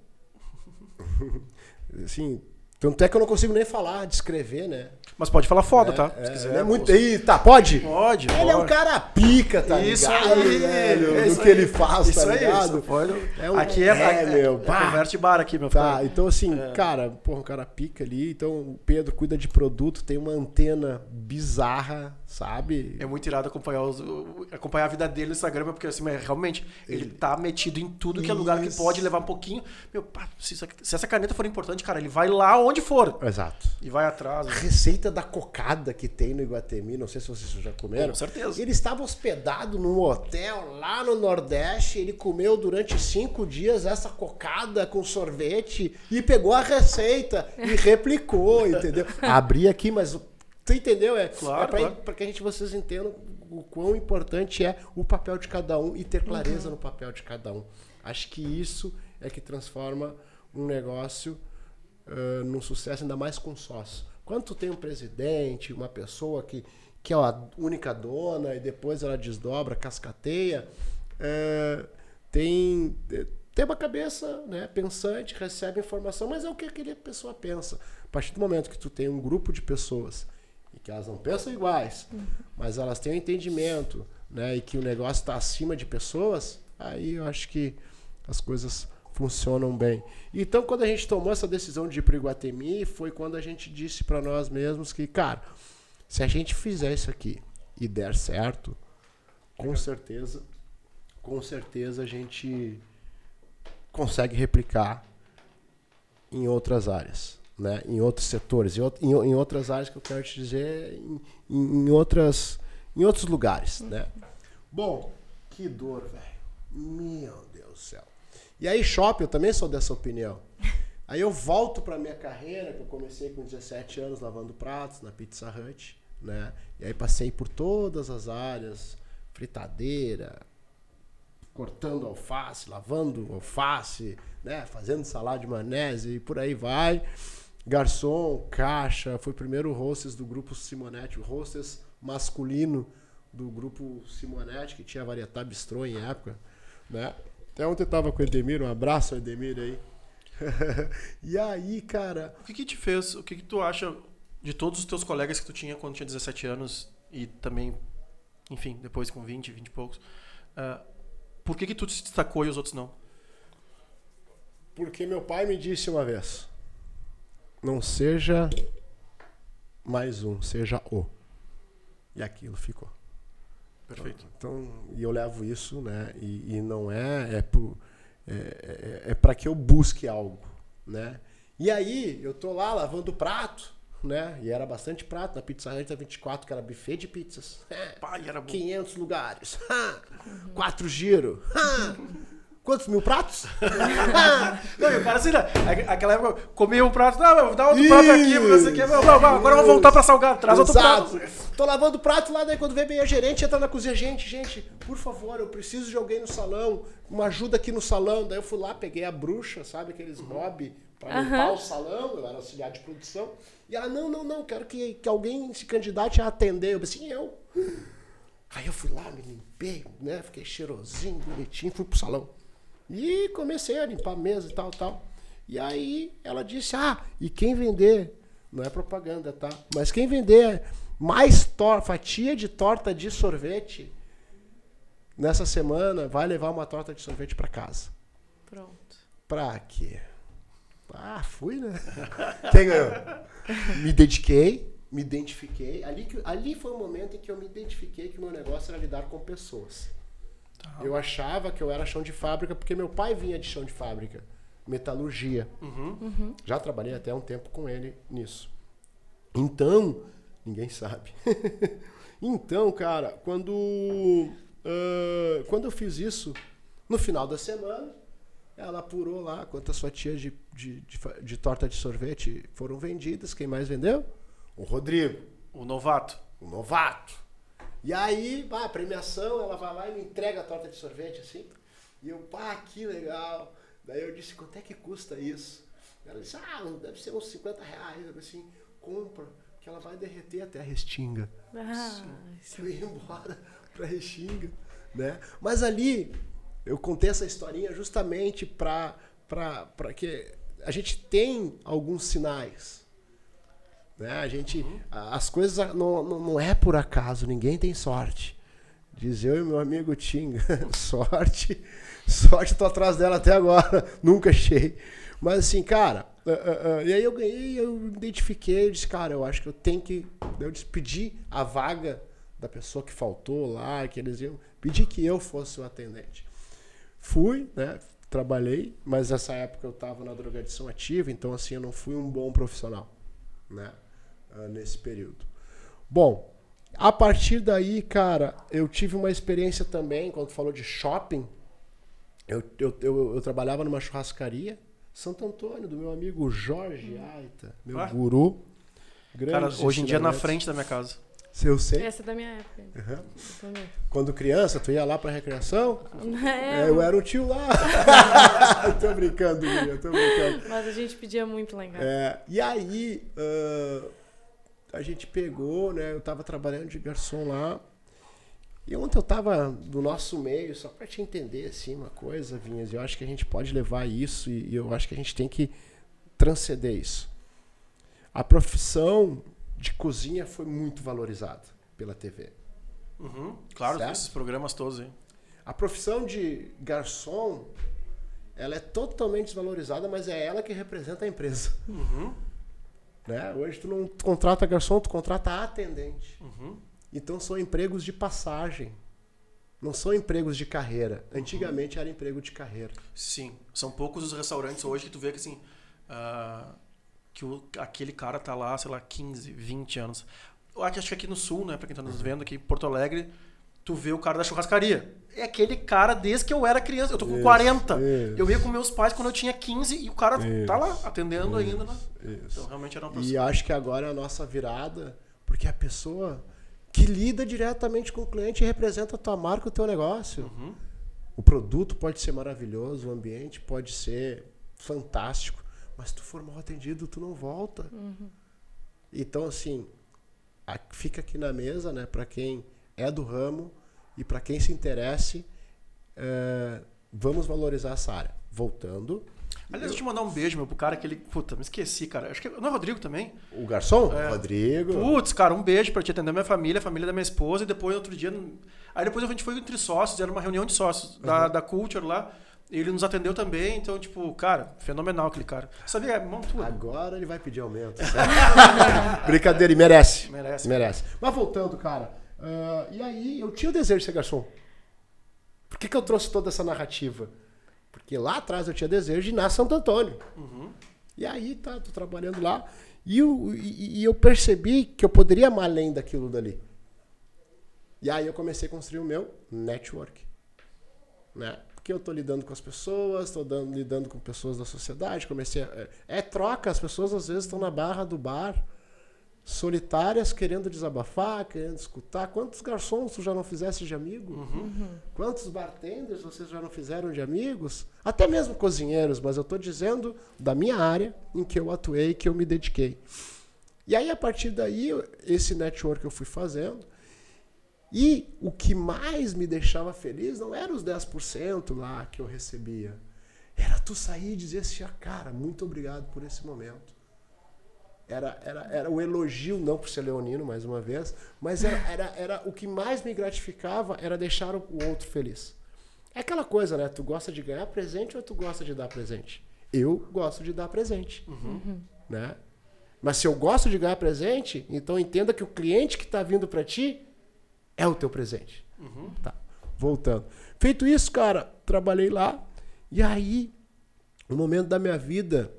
Assim, tanto é que eu não consigo nem falar, descrever, né?
Mas pode falar foda,
é,
tá?
É,
se quiser.
É muito... Ih, tá, pode?
Pode,
Ele
pode.
é um cara pica, tá
isso
ligado?
Aí,
velho,
é
do
isso
que
aí.
ele faz,
isso
tá
aí,
ligado?
Isso pode...
É um...
Aqui é,
é,
é,
meu,
é,
pá.
é converte bar aqui, meu
Tá,
pai.
então assim,
É.
cara, porra, um cara pica ali. Então o Pedro cuida de produto, tem uma antena bizarra, sabe?
É muito irado acompanhar, os, acompanhar a vida dele no Instagram, porque assim, mas realmente, ele, ele tá metido em tudo que é lugar que pode levar um pouquinho. Meu, pá, se, isso aqui- se essa caneta for importante, cara, ele vai lá onde for.
Exato.
E vai atrás.
A receita da cocada que tem no Iguatemi, não sei se vocês já comeram.
Com certeza.
Ele estava hospedado num hotel lá no Nordeste, ele comeu durante cinco dias essa cocada com sorvete e pegou a receita e replicou, entendeu? Abri aqui, mas tu entendeu? É,
Claro,
é pra,
claro.
pra que a gente, vocês entendam o quão importante é o papel de cada um e ter clareza
Uhum.
no papel de cada um. Acho que isso é que transforma um negócio uh, num sucesso, ainda mais com sócio. Quando tu tem um presidente, uma pessoa que, que é a única dona e depois ela desdobra, cascateia, é, tem, tem uma cabeça, né, pensante, recebe informação, mas é o que aquela pessoa pensa. A partir do momento que tu tem um grupo de pessoas e que elas não pensam iguais, uhum. mas elas têm um entendimento, né, e que o negócio está acima de pessoas, aí eu acho que as coisas funcionam bem. Então, quando a gente tomou essa decisão de ir para o Iguatemi, foi quando a gente disse para nós mesmos que, cara, se a gente fizer isso aqui e der certo, com certeza, com certeza a gente consegue replicar em outras áreas, né? Em outros setores, em, out- em, em outras áreas que eu quero te dizer, em, em, em outras, em outros lugares, né? Bom, que dor, velho. Meu Deus do céu. E aí, shopping, eu também sou dessa opinião. Aí eu volto para minha carreira, que eu comecei com dezessete anos lavando pratos na Pizza Hut, né? E aí passei por todas as áreas, fritadeira, cortando alface, lavando alface, né? Fazendo salada de maionese e por aí vai. Garçom, caixa, fui primeiro hostess do grupo Simonetti, o hostess masculino do grupo Simonetti, que tinha Varietà Bistrô em época, né? Até ontem eu tava com o Edemir, um abraço ao Edemir aí. E aí, cara...
O que que te fez, o que que tu acha de todos os teus colegas que tu tinha quando tinha dezessete anos e também, enfim, depois com vinte, vinte e poucos, uh, por que que tu se destacou e os outros não?
Porque meu pai me disse uma vez, não seja mais um, seja o. E aquilo ficou.
Perfeito.
Então, e eu levo isso, né? E, e não é é, pro, é, é, é para que eu busque algo, né? E aí eu tô lá lavando prato, né? E era bastante prato na Pizza Hut vinte e quatro, que era buffet de pizzas.
Pai, era bom.
quinhentos lugares, quatro giro, Quantos mil pratos?
Não, e o cara assim, né? Aquela época, comia um prato, não, dá outro prato aqui, não sei o que, não, não, agora eu vou voltar pra salgado, traz outro
Exato.
prato.
Tô lavando o prato lá, daí quando vem bem a gerente, entra na cozinha, gente, gente, por favor, eu preciso de alguém no salão, uma ajuda aqui no salão. Daí eu fui lá, peguei a bruxa, sabe, aqueles mob pra limpar
Aham.
o salão, eu era auxiliar de produção. E ela, não, não, não, quero que, que alguém se candidate a atender. Eu pensei, eu. Aí eu fui lá, me limpei, né, fiquei cheirosinho, bonitinho, fui pro salão. E comecei a limpar a mesa e tal, tal. E aí ela disse, ah, e quem vender, não é propaganda, tá? Mas quem vender mais tor- fatia de torta de sorvete nessa semana vai levar uma torta de sorvete para casa.
Pronto.
Pra quê? Ah, fui, né? Quem ganhou? Me dediquei, me identifiquei. Ali, que, ali foi o momento em que eu me identifiquei que o meu negócio era lidar com pessoas. Eu achava que eu era chão de fábrica porque meu pai vinha de chão de fábrica, metalurgia.
Uhum.
Uhum.
Já trabalhei até um tempo com ele nisso. Então, ninguém sabe. Então, cara, quando, uh, quando eu fiz isso, no final da semana, ela apurou lá quantas fatias de, de, de, de torta de sorvete foram vendidas. Quem mais vendeu? O Rodrigo,
O novato.
o novato. E aí, pá, a premiação, ela vai lá e me entrega a torta de sorvete, assim. E eu, pá, que legal. Daí eu disse, quanto é que custa isso? Ela disse, ah, deve ser uns cinquenta reais. Eu disse, assim, compra, que ela vai derreter até a Restinga.
Ah,
Eu ia embora pra Restinga, né? Mas ali, eu contei essa historinha justamente pra, pra, pra que a gente tem alguns sinais. Né? A gente, uhum. As coisas não, não, não é por acaso, ninguém tem sorte. Diz eu e meu amigo Tinga, sorte, sorte, tô atrás dela até agora, nunca achei. Mas assim, cara, uh, uh, uh, e aí eu ganhei, eu me identifiquei, eu disse, cara, eu acho que eu tenho que, eu pedi a vaga da pessoa que faltou lá, que eles iam, pedi que eu fosse o atendente. Fui, né, trabalhei, mas nessa época eu estava na drogadição ativa, então assim, eu não fui um bom profissional, né? Nesse período. Bom, a partir daí, cara, eu tive uma experiência também, quando tu falou de shopping, eu, eu, eu, eu trabalhava numa churrascaria, Santo Antônio, do meu amigo Jorge Aita, meu ah. guru.
Cara, hoje em dia na frente da minha casa.
Eu sei.
Essa é da minha época.
Uhum. Eu quando criança, tu ia lá pra recreação?
É,
eu era o tio lá. Tô brincando, Guilherme, tô brincando.
Mas a gente pedia muito lá em casa.
É, e aí, uh, a gente pegou, né? Eu tava trabalhando de garçom lá. E ontem eu tava do nosso meio, só pra te entender, assim, uma coisa, Vinhas. Eu acho que a gente pode levar isso e, e eu acho que a gente tem que transcender isso. A profissão de cozinha foi muito valorizada pela T V.
Uhum, claro,
certo?
Esses programas todos aí.
A profissão de garçom, ela é totalmente desvalorizada, mas é ela que representa a empresa.
Uhum.
Né? Hoje tu não contrata garçom, tu contrata atendente.
Uhum.
Então são empregos de passagem. Não são empregos de carreira. Antigamente uhum. era emprego de carreira.
Sim. São poucos os restaurantes hoje que tu vê que assim... Uh... que o, aquele cara tá lá, sei lá, quinze, vinte anos. Eu acho que aqui no Sul, né, pra quem tá nos vendo aqui em Porto Alegre, tu vê o cara da churrascaria. É aquele cara desde que eu era criança. Eu tô com isso, quarenta. Isso. Eu ia com meus pais quando eu tinha quinze e o cara isso, tá lá, atendendo isso, ainda, né? Isso. Então realmente era uma pessoa.
E acho que agora é a nossa virada, porque a pessoa que lida diretamente com o cliente representa a tua marca, o teu negócio.
Uhum.
O produto pode ser maravilhoso, o ambiente pode ser fantástico. Mas se tu for mal atendido, tu não volta.
Uhum.
Então, assim, a, fica aqui na mesa, né, para quem é do ramo e para quem se interesse, é, vamos valorizar essa área. Voltando.
Aliás, eu... deixa eu mandar um beijo, meu, pro cara que ele... Puta, me esqueci, cara. Acho que não é o Rodrigo também?
O garçom?
É.
Rodrigo.
Putz, cara, um beijo pra te atender minha família, a família da minha esposa, e depois, outro dia... Aí depois a gente foi entre sócios, era uma reunião de sócios uhum. da, da Culture lá. Ele nos atendeu também, então, tipo, cara, fenomenal aquele cara. Sabia, é mão tudo.
Agora ele vai pedir aumento. Brincadeira, e merece.
Merece.
Merece. Mas voltando, cara, uh, e aí eu tinha o desejo de ser garçom. Por que, que eu trouxe toda essa narrativa? Porque lá atrás eu tinha desejo de ir na Santo Antônio.
Uhum.
E aí, tá, tô trabalhando lá, e eu, e, e eu percebi que eu poderia amar além daquilo dali. E aí eu comecei a construir o meu network. Né? porque eu estou lidando com as pessoas, estou lidando com pessoas da sociedade, comecei a, é, é troca, as pessoas às vezes estão na barra do bar, solitárias, querendo desabafar, querendo escutar. Quantos garçons tu já não fizesse de amigo?
Uhum.
Quantos bartenders vocês já não fizeram de amigos? Até mesmo cozinheiros, mas eu estou dizendo da minha área em que eu atuei, que eu me dediquei. E aí, a partir daí, esse network eu fui fazendo. E o que mais me deixava feliz não era os dez por cento lá que eu recebia. Era tu sair e dizer assim, ah, cara, muito obrigado por esse momento. Era, era, era o elogio, não por ser leonino, mais uma vez, mas era, era, era o que mais me gratificava era deixar o outro feliz. É aquela coisa, né? Tu gosta de ganhar presente ou tu gosta de dar presente? Eu gosto de dar presente.
Uhum.
Né? Mas se eu gosto de ganhar presente, então entenda que o cliente que está vindo para ti é o teu presente.
Uhum.
Tá, voltando. Feito isso, cara, trabalhei lá. E aí, no momento da minha vida,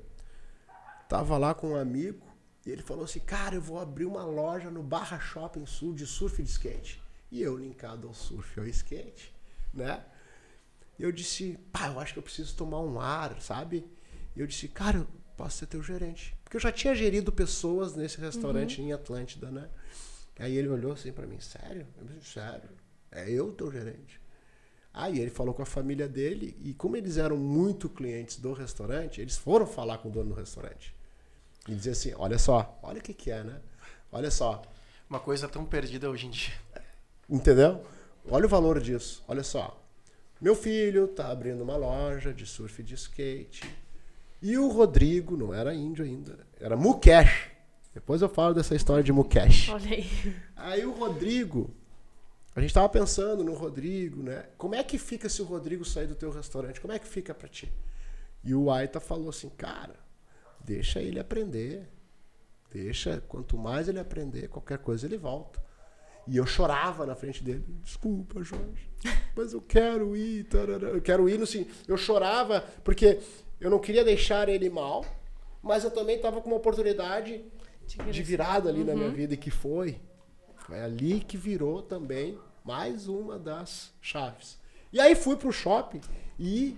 tava lá com um amigo e ele falou assim, cara, eu vou abrir uma loja no Barra Shopping Sul de surf e de skate. E eu, linkado ao surf e ao skate, né? E eu disse, pá, eu acho que eu preciso tomar um ar, sabe? E eu disse, cara, eu posso ser teu gerente. Porque eu já tinha gerido pessoas nesse restaurante uhum. em Atlântida, né? Aí ele olhou assim pra mim, sério? Eu disse, sério? É eu teu gerente? Aí ele falou com a família dele e como eles eram muito clientes do restaurante, eles foram falar com o dono do restaurante. E dizer assim, olha só, olha o que que é, né? Olha só.
Uma coisa tão perdida hoje em dia.
Entendeu? Olha o valor disso. Olha só. Meu filho tá abrindo uma loja de surf e de skate. E o Rodrigo, não era índio ainda, era Mukesh. Depois eu falo dessa história de Mukesh.
Olha aí.
Aí o Rodrigo, a gente tava pensando no Rodrigo, né? Como é que fica se o Rodrigo sair do teu restaurante? Como é que fica pra ti? E o Aita falou assim, cara, deixa ele aprender. Deixa, quanto mais ele aprender, qualquer coisa ele volta. E eu chorava na frente dele. Desculpa, Jorge, mas eu quero ir. Tarará. Eu quero ir, no sim. Eu chorava porque eu não queria deixar ele mal, mas eu também tava com uma oportunidade de virada ali uhum. na minha vida, e que foi. Foi ali que virou também mais uma das chaves. E aí fui pro shopping e,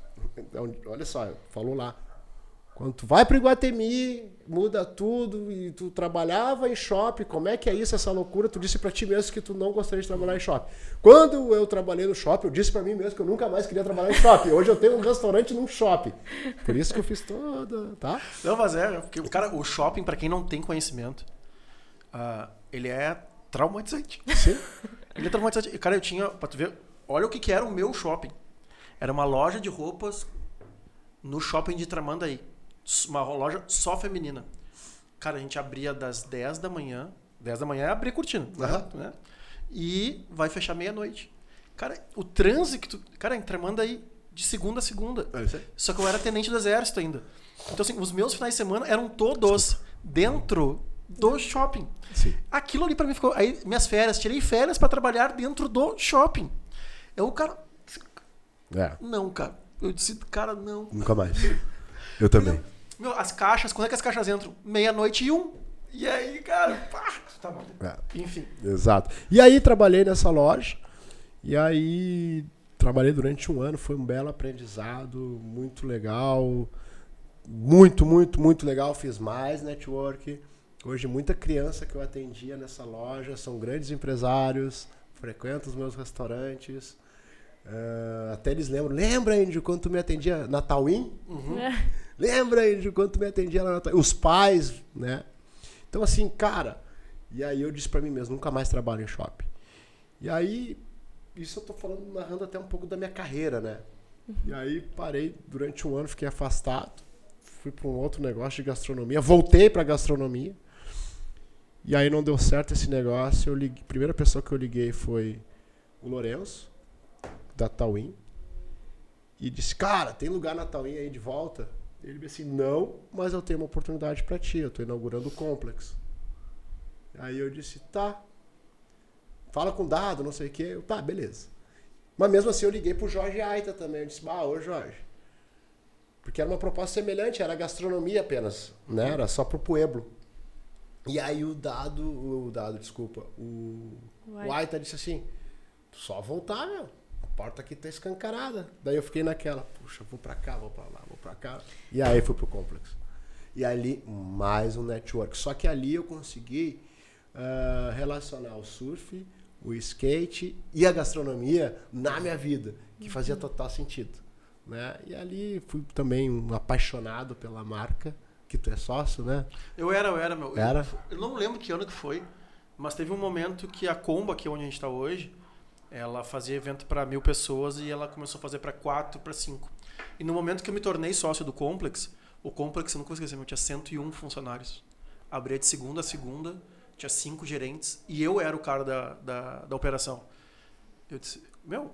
olha só, falou lá, quando tu vai pro Iguatemi, muda tudo, e tu trabalhava em shopping, como é que é isso, essa loucura? Tu disse pra ti mesmo que tu não gostaria de trabalhar em shopping. Quando eu trabalhei no shopping, eu disse pra mim mesmo que eu nunca mais queria trabalhar em shopping. Hoje eu tenho um restaurante num shopping. Por isso que eu fiz toda, tá?
Não, mas é, porque o cara, o shopping, pra quem não tem conhecimento, uh, ele é traumatizante.
Sim.
Ele é traumatizante. Cara, eu tinha, pra tu ver, olha o que que era o meu shopping. Era uma loja de roupas no shopping de Tramandaí. Uma loja só feminina. Cara, a gente abria das dez da manhã. dez da manhã é abrir cortina.
Uhum.
Né? E vai fechar meia-noite. Cara, o trânsito... Cara, em Tramandaí, de segunda a segunda.
É isso aí.
Só que eu era tenente do exército ainda. Então, assim, os meus finais de semana eram todos Desculpa. dentro do shopping.
Sim.
Aquilo ali pra mim ficou... Aí, minhas férias, tirei férias pra trabalhar dentro do shopping. Eu, cara...
É.
Não, cara. Eu disse, cara, não.
Nunca mais. Eu também.
Meu, as caixas, quando é que as caixas entram? Meia-noite e um. E aí, cara, pá, tá bom.
É.
Enfim.
Exato. E aí trabalhei nessa loja. E aí trabalhei durante um ano. Foi um belo aprendizado, muito legal. Muito, muito, muito legal. Fiz mais network. Hoje, muita criança que eu atendia nessa loja são grandes empresários, frequentam os meus restaurantes. Uh, até eles lembram. Lembra, Índio, quando tu me atendia na Tauim?
Uhum.
É.
Lembra, Índio, quando tu me atendia lá na Tauim? Os pais, né? Então, assim, cara... E aí eu disse pra mim mesmo, nunca mais trabalho em shopping. E aí, isso eu tô falando, narrando até um pouco da minha carreira, né? Uhum. E aí parei durante um ano, fiquei afastado. Fui pra um outro negócio de gastronomia. Voltei pra gastronomia. E aí não deu certo esse negócio. Eu liguei, a primeira pessoa que eu liguei foi o Lourenço, da Tauim, e disse, cara, tem lugar na Tauim aí de volta? Ele disse assim, não, mas eu tenho uma oportunidade pra ti, eu tô inaugurando o complexo. Aí eu disse, tá, fala com o Dado, não sei o quê. Eu, tá, beleza. Mas mesmo assim eu liguei pro Jorge Aita também, eu disse, ah, ô Jorge, porque era uma proposta semelhante, era gastronomia apenas, né, era só pro Pueblo. E aí o Dado, o Dado, desculpa, o, o Aita disse assim, só voltar, meu. a porta aqui tá escancarada. Daí eu fiquei naquela, puxa, vou pra cá, vou pra lá, vou pra cá. E aí fui pro Complexo. E ali, mais um network. Só que ali eu consegui uh, relacionar o surf, o skate e a gastronomia na minha vida, que fazia total sentido. Né? E ali fui também um apaixonado pela marca, que tu é sócio, né?
Eu era, eu era, meu.
Era?
Eu, eu não lembro que ano que foi, mas teve um momento que a Combo, aqui onde a gente está hoje, ela fazia evento para mil pessoas e ela começou a fazer para quatro, para cinco. E no momento que eu me tornei sócio do Complex, o Complex, eu não consigo esquecer, eu tinha cento e um funcionários. Abria de segunda a segunda, tinha cinco gerentes e eu era o cara da, da, da operação. Eu disse, meu,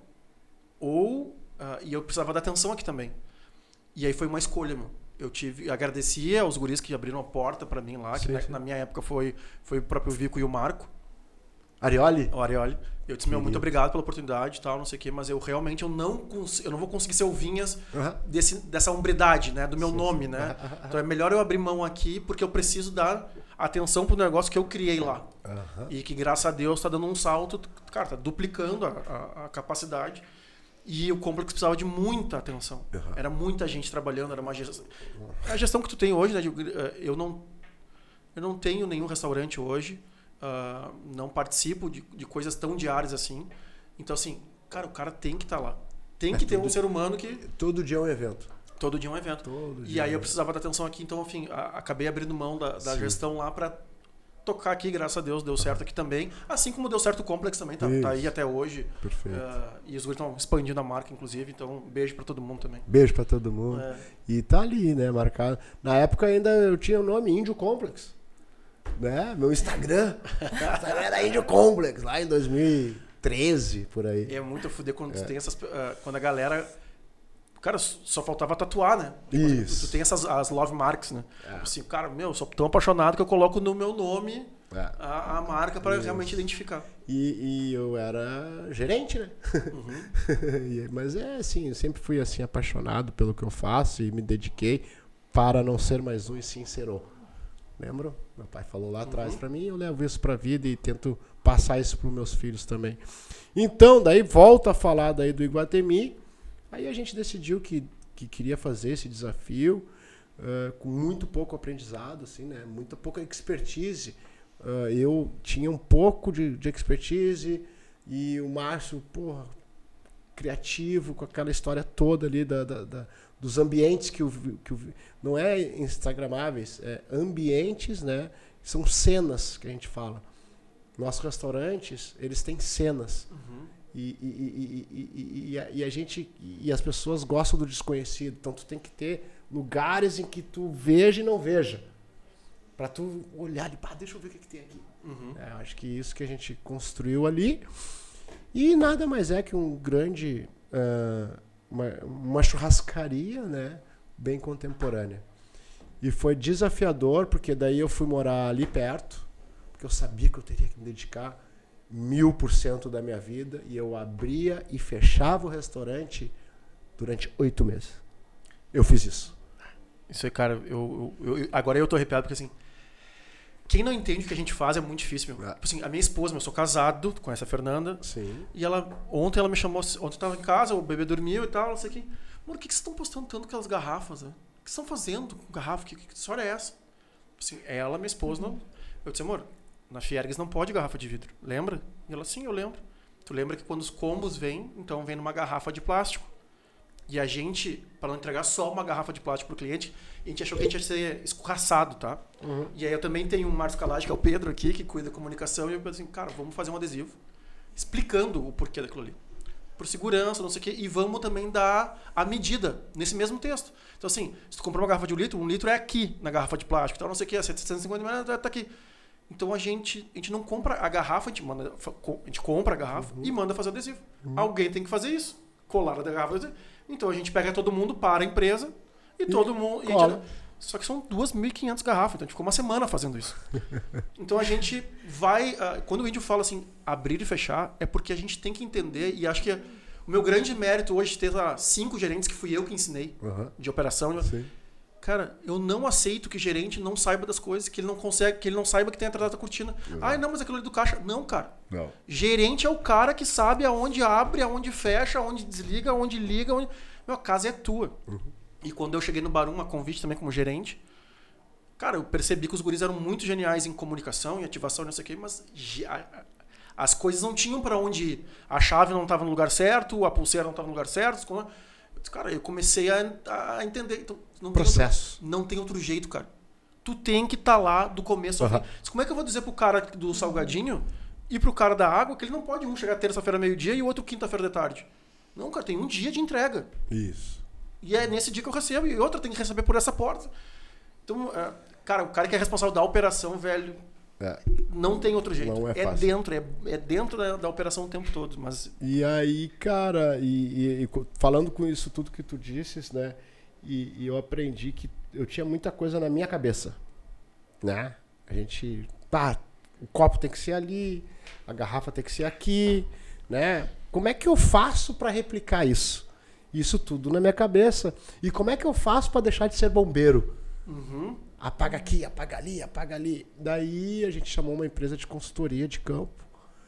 ou... Uh, e eu precisava da atenção aqui também. E aí foi uma escolha, meu. Eu tive, agradecia aos guris que abriram a porta para mim lá, sim, que sim. Na, na minha época foi, foi o próprio Vico e o Marco.
Arioli?
O Arioli. Eu disse, meu, muito obrigado pela oportunidade e tal, não sei o quê, mas eu realmente eu não, cons- eu não vou conseguir ser o Vinhas uhum. desse, dessa hombridade, né, do meu sim, nome, sim. né? Então é melhor eu abrir mão aqui porque eu preciso dar atenção pro negócio que eu criei lá. Uhum. E que, graças a Deus, tá dando um salto, cara, tá duplicando a, a, a capacidade. E o Complexo precisava de muita atenção. Uhum. Era muita gente trabalhando, era uma gestão. A gestão que tu tem hoje, né? Eu não, eu não tenho nenhum restaurante hoje, uh, não participo de, de coisas tão diárias assim. Então, assim, cara, o cara tem que estar tá lá. Tem que é ter todo, um ser humano que...
Todo dia é um evento.
Todo dia é um evento.
Todo
e aí eu precisava da atenção aqui, então, enfim, a, acabei abrindo mão da, da gestão lá para tocar aqui, graças a Deus, deu certo aqui também. Assim como deu certo o Complex também, tá, tá aí até hoje.
Perfeito.
Uh, e os guris estão expandindo a marca, inclusive, então um beijo pra todo mundo também.
Beijo pra todo mundo.
É.
E tá ali, né, marcado. Na época ainda eu tinha o nome Índio Complex. Né? Meu Instagram. Instagram era Índio Complex, lá em dois mil e treze, por aí.
É muito a fuder quando é. tem essas. Uh, quando a galera. Cara, só faltava tatuar, né?
Isso.
Tu, tu tem essas as love marks, né? É. Assim, cara, meu, sou tão apaixonado que eu coloco no meu nome é. a, a marca para realmente identificar.
E, e eu era gerente, né? Uhum. Mas é assim, eu sempre fui assim apaixonado pelo que eu faço e me dediquei para não ser mais um e sim ser o. Lembro? Meu pai falou lá atrás uhum. para mim, eu levo isso para a vida e tento passar isso para os meus filhos também. Então, daí volta a falar daí do Iguatemi. Aí a gente decidiu que, que queria fazer esse desafio uh, com muito pouco aprendizado, assim, né? Muita pouca expertise. Uh, eu tinha um pouco de, de expertise e o Márcio, porra, criativo, com aquela história toda ali da, da, da, dos ambientes que, o, que o, não é instagramáveis, é ambientes, né? São cenas que a gente fala. Nossos restaurantes, eles têm cenas. Uhum. E, e, e, e, e, a, e a gente e as pessoas gostam do desconhecido, então tu tem que ter lugares em que tu veja e não veja, para tu olhar e pá, deixa eu ver o que, que tem aqui. Uhum. É, acho que isso que a gente construiu ali e nada mais é que um grande uh, uma, uma churrascaria, né, bem contemporânea. E foi desafiador porque daí eu fui morar ali perto, porque eu sabia que eu teria que me dedicar mil por cento da minha vida e eu abria e fechava o restaurante durante oito meses. Eu fiz isso.
Isso aí, cara, eu, eu, eu, agora eu tô arrepiado porque assim, quem não entende o que a gente faz é muito difícil, meu. É. Assim, a minha esposa, meu, eu sou casado com essa Fernanda.
Sim. E
ela, ontem ela me chamou, ontem eu tava em casa, o bebê dormiu e tal, não sei o que. Mano, por que, que vocês estão postando tanto aquelas garrafas, né? O que vocês estão fazendo com garrafa? Que, que, que história é essa? Assim, ela, minha esposa, uhum. não. Eu disse, amor, na Fiergues não pode garrafa de vidro, lembra? E ela, sim, eu lembro. Tu lembra que quando os combos vêm, então vem numa garrafa de plástico. E a gente, para não entregar só uma garrafa de plástico pro cliente, a gente achou que a gente ia ser escorraçado, tá? Uhum. E aí eu também tenho um Márcio Calage, que é o Pedro aqui, que cuida da comunicação, e eu pensei assim, cara, vamos fazer um adesivo explicando o porquê daquilo ali. Por segurança, não sei o quê, e vamos também dar a medida nesse mesmo texto. Então assim, se tu comprar uma garrafa de um litro, um litro é aqui na garrafa de plástico, então não sei o quê, setecentos e cinquenta mililitros tá aqui. Então a gente, a gente não compra a garrafa, a gente, manda, a gente compra a garrafa uhum. e manda fazer adesivo. Uhum. Alguém tem que fazer isso. Colar a garrafa. Então a gente pega todo mundo para a empresa e, e todo mundo... E gente, só que são duas mil e quinhentas garrafas, então a gente ficou uma semana fazendo isso. Então a gente vai... Uh, quando o índio fala assim, abrir e fechar, é porque a gente tem que entender, e acho que o meu grande mérito hoje de ter lá, cinco gerentes que fui eu que ensinei uhum. de operação... Sim. Cara, eu não aceito que gerente não saiba das coisas, que ele não consegue, que ele não saiba que tem atrasado a cortina. Ah, não, mas aquilo ali do caixa. Não, cara.
Não.
Gerente é o cara que sabe aonde abre, aonde fecha, aonde desliga, aonde liga. Aonde... Meu, a casa é tua. Uhum. E quando eu cheguei no Barum, a convite também como gerente, cara, eu percebi que os guris eram muito geniais em comunicação, em ativação, não sei o quê, mas as coisas não tinham para onde ir. A chave não estava no lugar certo, a pulseira não estava no lugar certo. Cara, eu comecei a, a entender. Então, não
Processo.
Tem outro, não tem outro jeito, cara. Tu tem que estar tá lá do começo ao fim. Como é que eu vou dizer pro cara do salgadinho e pro cara da água que ele não pode um chegar terça-feira meio-dia e o outro quinta-feira de tarde? Não, cara, tem um dia de entrega.
Isso.
E é nesse dia que eu recebo. E outra tem que receber por essa porta. Então, é, cara, o cara que é responsável da operação, velho, é. não tem outro jeito.
Não é
é
fácil.
dentro, é, é dentro da, da operação o tempo todo. Mas...
E aí, cara, e, e, e falando com isso tudo que tu disses, né? E, e eu aprendi que eu tinha muita coisa na minha cabeça, né? A gente, pá, o copo tem que ser ali, a garrafa tem que ser aqui, né? Como é que eu faço para replicar isso? Isso tudo na minha cabeça. E como é que eu faço para deixar de ser bombeiro?
Uhum.
Apaga aqui, apaga ali, apaga ali. Daí a gente chamou uma empresa de consultoria de campo,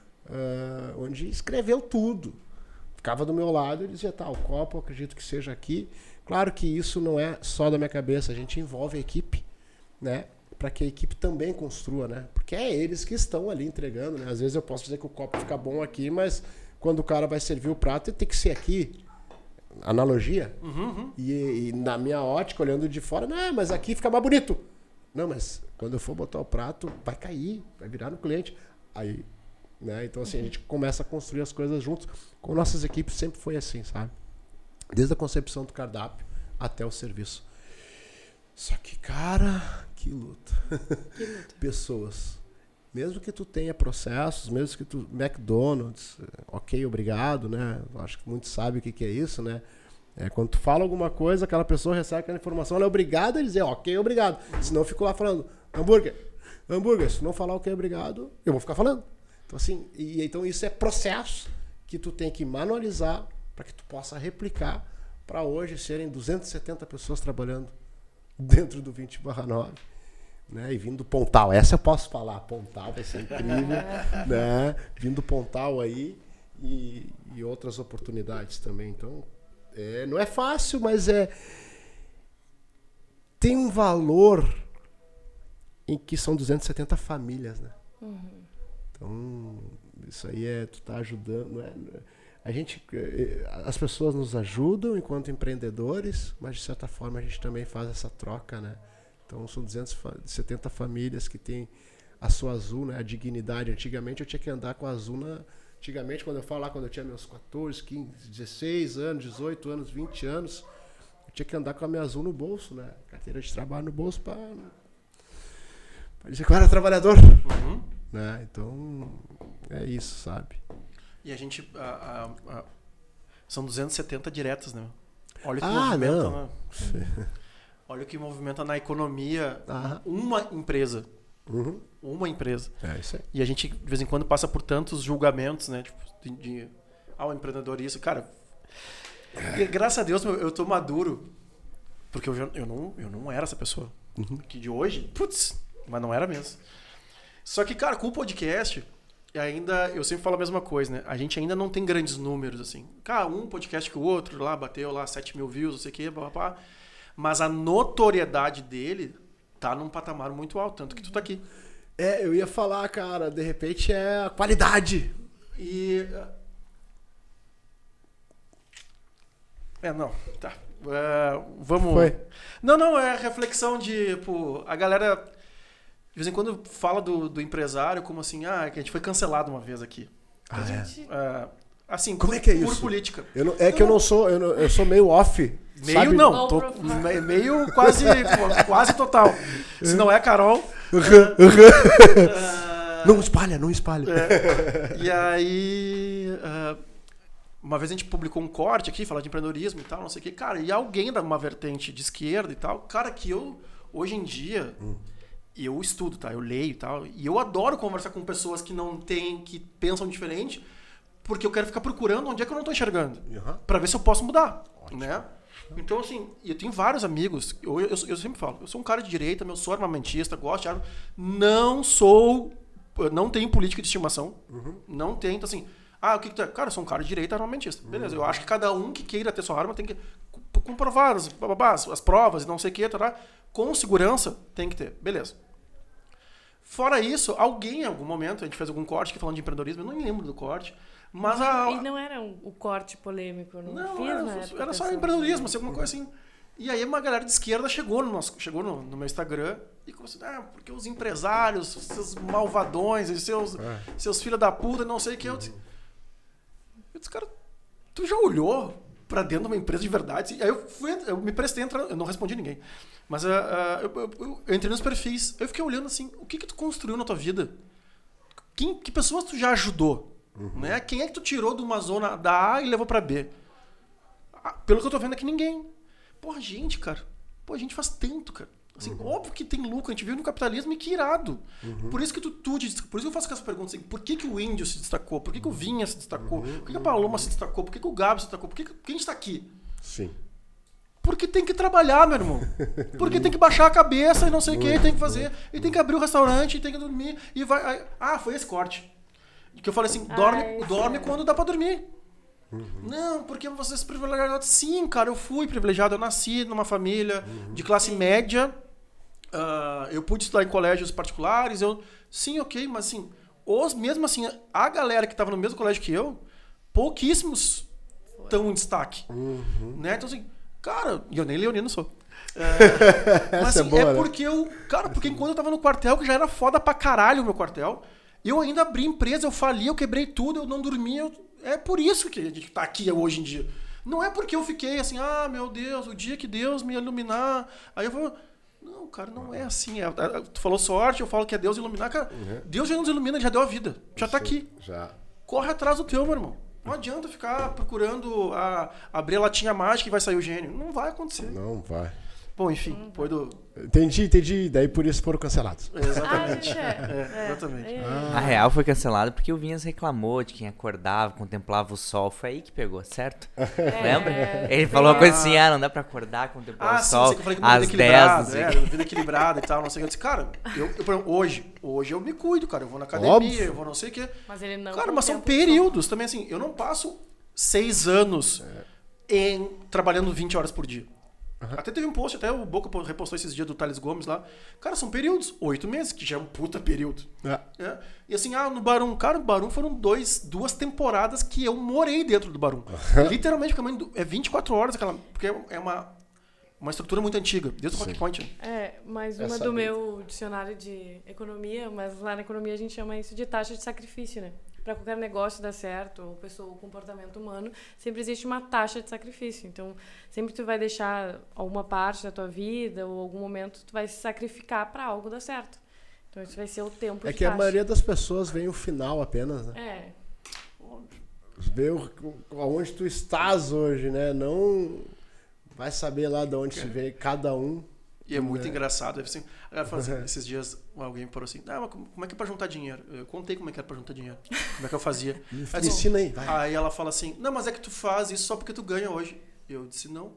uh, onde escreveu tudo. Ficava do meu lado e dizia, tá, o copo eu acredito que seja aqui. Claro que isso não é só da minha cabeça, a gente envolve a equipe, né? Para que a equipe também construa, né? Porque é eles que estão ali entregando, né? Às vezes eu posso dizer que o copo fica bom aqui, mas quando o cara vai servir o prato, ele tem que ser aqui. Analogia.
Uhum, uhum.
E, e na minha ótica, olhando de fora, não, mas aqui fica mais bonito. Não, mas quando eu for botar o prato, vai cair, vai virar no cliente. Aí, né? Então, assim, a gente começa a construir as coisas juntos. Com nossas equipes sempre foi assim, sabe? Desde a concepção do cardápio até o serviço. Só que, cara, que luta.
Que luta.
Pessoas. Mesmo que tu tenha processos, mesmo que tu... McDonald's, ok, obrigado, né? Acho que muitos sabem o que, que é isso, né? É, quando tu fala alguma coisa, aquela pessoa recebe aquela informação, ela é obrigada a dizer ok, obrigado. Senão eu fico lá falando hambúrguer, hambúrguer. Se não falar ok, obrigado, eu vou ficar falando. Então, assim, e, então isso é processo que tu tem que manualizar para que tu possa replicar para hoje serem duzentas e setenta pessoas trabalhando dentro do vinte barra nove. Né? E vindo do Pontal, essa eu posso falar, Pontal vai ser incrível, né? Vindo do Pontal aí e, e outras oportunidades também. Então, é, não é fácil, mas é tem um valor em que são duzentas e setenta famílias, né?
Uhum.
Então, isso aí é, tu tá ajudando, não é, não é, a gente, as pessoas nos ajudam enquanto empreendedores, mas de certa forma a gente também faz essa troca, né? Então são duzentas e setenta famílias que têm a sua Azul, né? A dignidade. Antigamente eu tinha que andar com a Azul na... Antigamente, quando eu falo lá, quando eu tinha meus quatorze, quinze, dezesseis anos, dezoito anos, vinte anos, eu tinha que andar com a minha Azul no bolso, né? Carteira de trabalho no bolso para dizer que eu era trabalhador.
Uhum.
Né? Então, é isso, sabe?
E a gente... A, a, a, são duzentas e setenta diretas, né? Olha que
ah,
movimenta,
não.
né? Olha o que movimenta na economia
ah.
uma empresa.
Uhum.
Uma empresa.
É isso aí.
E a gente, de vez em quando, passa por tantos julgamentos, né? Tipo, de, de ah, o empreendedor isso. Cara, e, graças a Deus eu tô maduro. Porque eu, já, eu, não, eu não era essa pessoa.
Uhum.
Que de hoje, putz, mas não era mesmo. Só que, cara, com o podcast, ainda, eu sempre falo a mesma coisa, né? A gente ainda não tem grandes números, assim. Cara, um podcast que o outro lá bateu lá sete mil views, não sei o quê, papapá. Mas a notoriedade dele tá num patamar muito alto, tanto que tu tá aqui.
É, eu ia falar, cara, de repente é a qualidade.
E... É, não, tá. É, vamos...
Foi.
Não, não, é a reflexão de, pô, a galera, de vez em quando, fala do, do empresário como assim, ah, que a gente foi cancelado uma vez aqui.
Ah,
a gente, é? Assim,
como
por,
é que é
por
isso?
política.
Eu não, é que eu não sou, eu, não, eu sou meio off.
Meio
sabe?
não, tô, me, meio quase, quase total. Se não é a Carol...
Uhum, uhum. Uh, não espalha, não espalha.
É, e aí... Uh, uma vez a gente publicou um corte aqui, falar de empreendedorismo e tal, não sei o que. Cara, e alguém da uma vertente de esquerda e tal, cara, que eu, hoje em dia, hum. eu estudo, tá? Eu leio e tal. E eu adoro conversar com pessoas que não têm, que pensam diferente, porque eu quero ficar procurando onde é que eu não tô enxergando. Uhum. Pra ver se eu posso mudar, ótimo. Né? Então, assim, eu tenho vários amigos, eu, eu, eu sempre falo, eu sou um cara de direita, eu sou armamentista, gosto de arma, não sou, não tenho política de estimação, uhum. não tenho, então assim, ah, o que que tu é? Cara, eu sou um cara de direita armamentista, beleza, uhum. eu acho que cada um que queira ter sua arma tem que comprovar as, as, as provas e não sei o que, tá, com segurança tem que ter, beleza. Fora isso, alguém em algum momento, a gente fez algum corte aqui falando de empreendedorismo, eu não me lembro do corte, mas a...
E não era um, o corte polêmico, não,
não
fiz
era,
na época,
era só empreendedorismo, assim, alguma coisa assim. E aí uma galera de esquerda chegou no, nosso, chegou no, no meu Instagram e começou a dizer, ah, porque os empresários, seus malvadões, e seus, é. seus filhos da puta, não sei o que. Eu disse, eu disse, cara, tu já olhou pra dentro de uma empresa de verdade? E aí eu, fui, eu me prestei, entrando, eu não respondi ninguém. Mas uh, uh, eu, eu, eu, eu entrei nos perfis, eu fiquei olhando assim, o que que tu construiu na tua vida? Quem, que pessoas tu já ajudou? Uhum. Né? Quem é que tu tirou de uma zona da A e levou pra B? Ah, pelo que eu tô vendo aqui, ninguém. Porra, gente, cara. Pô, a gente faz tanto, cara. Assim, uhum. Óbvio que tem lucro, a gente vive no capitalismo e que irado. Uhum. Por isso que tu, tu por isso que eu faço essa pergunta assim, por que que o índio se destacou? Por que que o Vinha se destacou? Uhum. Por que que a Paloma se destacou? Por que que o Gabi se destacou? Por que, que, por que a gente tá aqui?
Sim.
Porque tem que trabalhar, meu irmão. Porque tem que baixar a cabeça e não sei o que, tem que fazer. E tem que abrir o restaurante, e tem que dormir. E vai. Ah, foi esse corte. Que eu falei assim, dorme, Ai, dorme quando dá pra dormir. Uhum. Não, porque você se privilegiado. Sim, cara, eu fui privilegiado. Eu nasci numa família uhum. de classe média. Uh, eu pude estudar em colégios particulares. Eu, sim, ok, mas assim, os, mesmo assim, a galera que tava no mesmo colégio que eu, pouquíssimos estão em destaque. Uhum. Né? Então assim, cara, e eu nem leonino sou. É, mas assim, é, boa, é porque eu. Cara, porque enquanto eu tava no quartel, que já era foda pra caralho o meu quartel, eu ainda abri empresa, eu fali, eu quebrei tudo, eu não dormia. Eu, é por isso que a gente tá aqui hoje em dia. Não é porque eu fiquei assim, ah, meu Deus, o dia que Deus me iluminar. Aí eu vou. Não, cara, não é assim. É, tu falou sorte, eu falo que é Deus iluminar. Cara, uhum. Deus já nos ilumina, já deu a vida. Já tá aqui.
Já.
Corre atrás do teu, meu irmão. Não adianta ficar procurando a, abrir a latinha mágica e vai sair o gênio. Não vai acontecer.
Não vai.
Bom, enfim, foi do...
Entendi, entendi. Daí por isso foram cancelados.
Exatamente.
Ah,
é, é, exatamente.
É.
A real foi cancelada porque o Vinhas reclamou de quem acordava, contemplava o sol. Foi aí que pegou, certo? É. Lembra? Ele falou uma coisa assim, ah, não dá pra acordar, contemplar
ah,
o sol.
Ah, sim, eu falei que às dez. É, vida equilibrada e tal, não sei o que. Eu disse, cara, eu, eu, hoje, hoje eu me cuido, cara. Eu vou na academia, Óbvio. eu vou não sei o que.
Mas ele não...
Cara, mas são períodos também, assim. Eu não passo seis anos é. em, trabalhando vinte horas por dia. Uhum. Até teve um post, até o Boca repostou esses dias do Thales Gomes lá. Cara, são períodos, oito meses, que já é um puta período. É. É. E assim, ah, no Barum, cara, no Barum foram dois, duas temporadas que eu morei dentro do Barum. Uhum. Literalmente, é vinte e quatro horas, aquela, porque é uma, uma estrutura muito antiga, desde o Rock Point.
É, mais uma Essa do mesmo. meu dicionário de economia, mas lá na economia a gente chama isso de taxa de sacrifício, né? Para qualquer negócio dar certo, ou pessoa, ou comportamento humano, sempre existe uma taxa de sacrifício. Então, sempre tu vai deixar alguma parte da tua vida, ou algum momento tu vai se sacrificar para algo dar certo. Então, isso vai ser o tempo
é
de
que
taxa.
A maioria das pessoas vê o final apenas, né?
É.
Vê aonde tu estás hoje, né? Não vai saber lá de onde se vê cada um.
E é muito né? engraçado. Assim, assim, esses dias alguém falou assim, ah, mas como é que é pra juntar dinheiro? Eu contei como é que era pra juntar dinheiro. Como é que eu fazia.
Me assim, ensina aí. Vai.
Aí ela fala assim, não, mas é que tu faz isso só porque tu ganha hoje. Eu disse, não.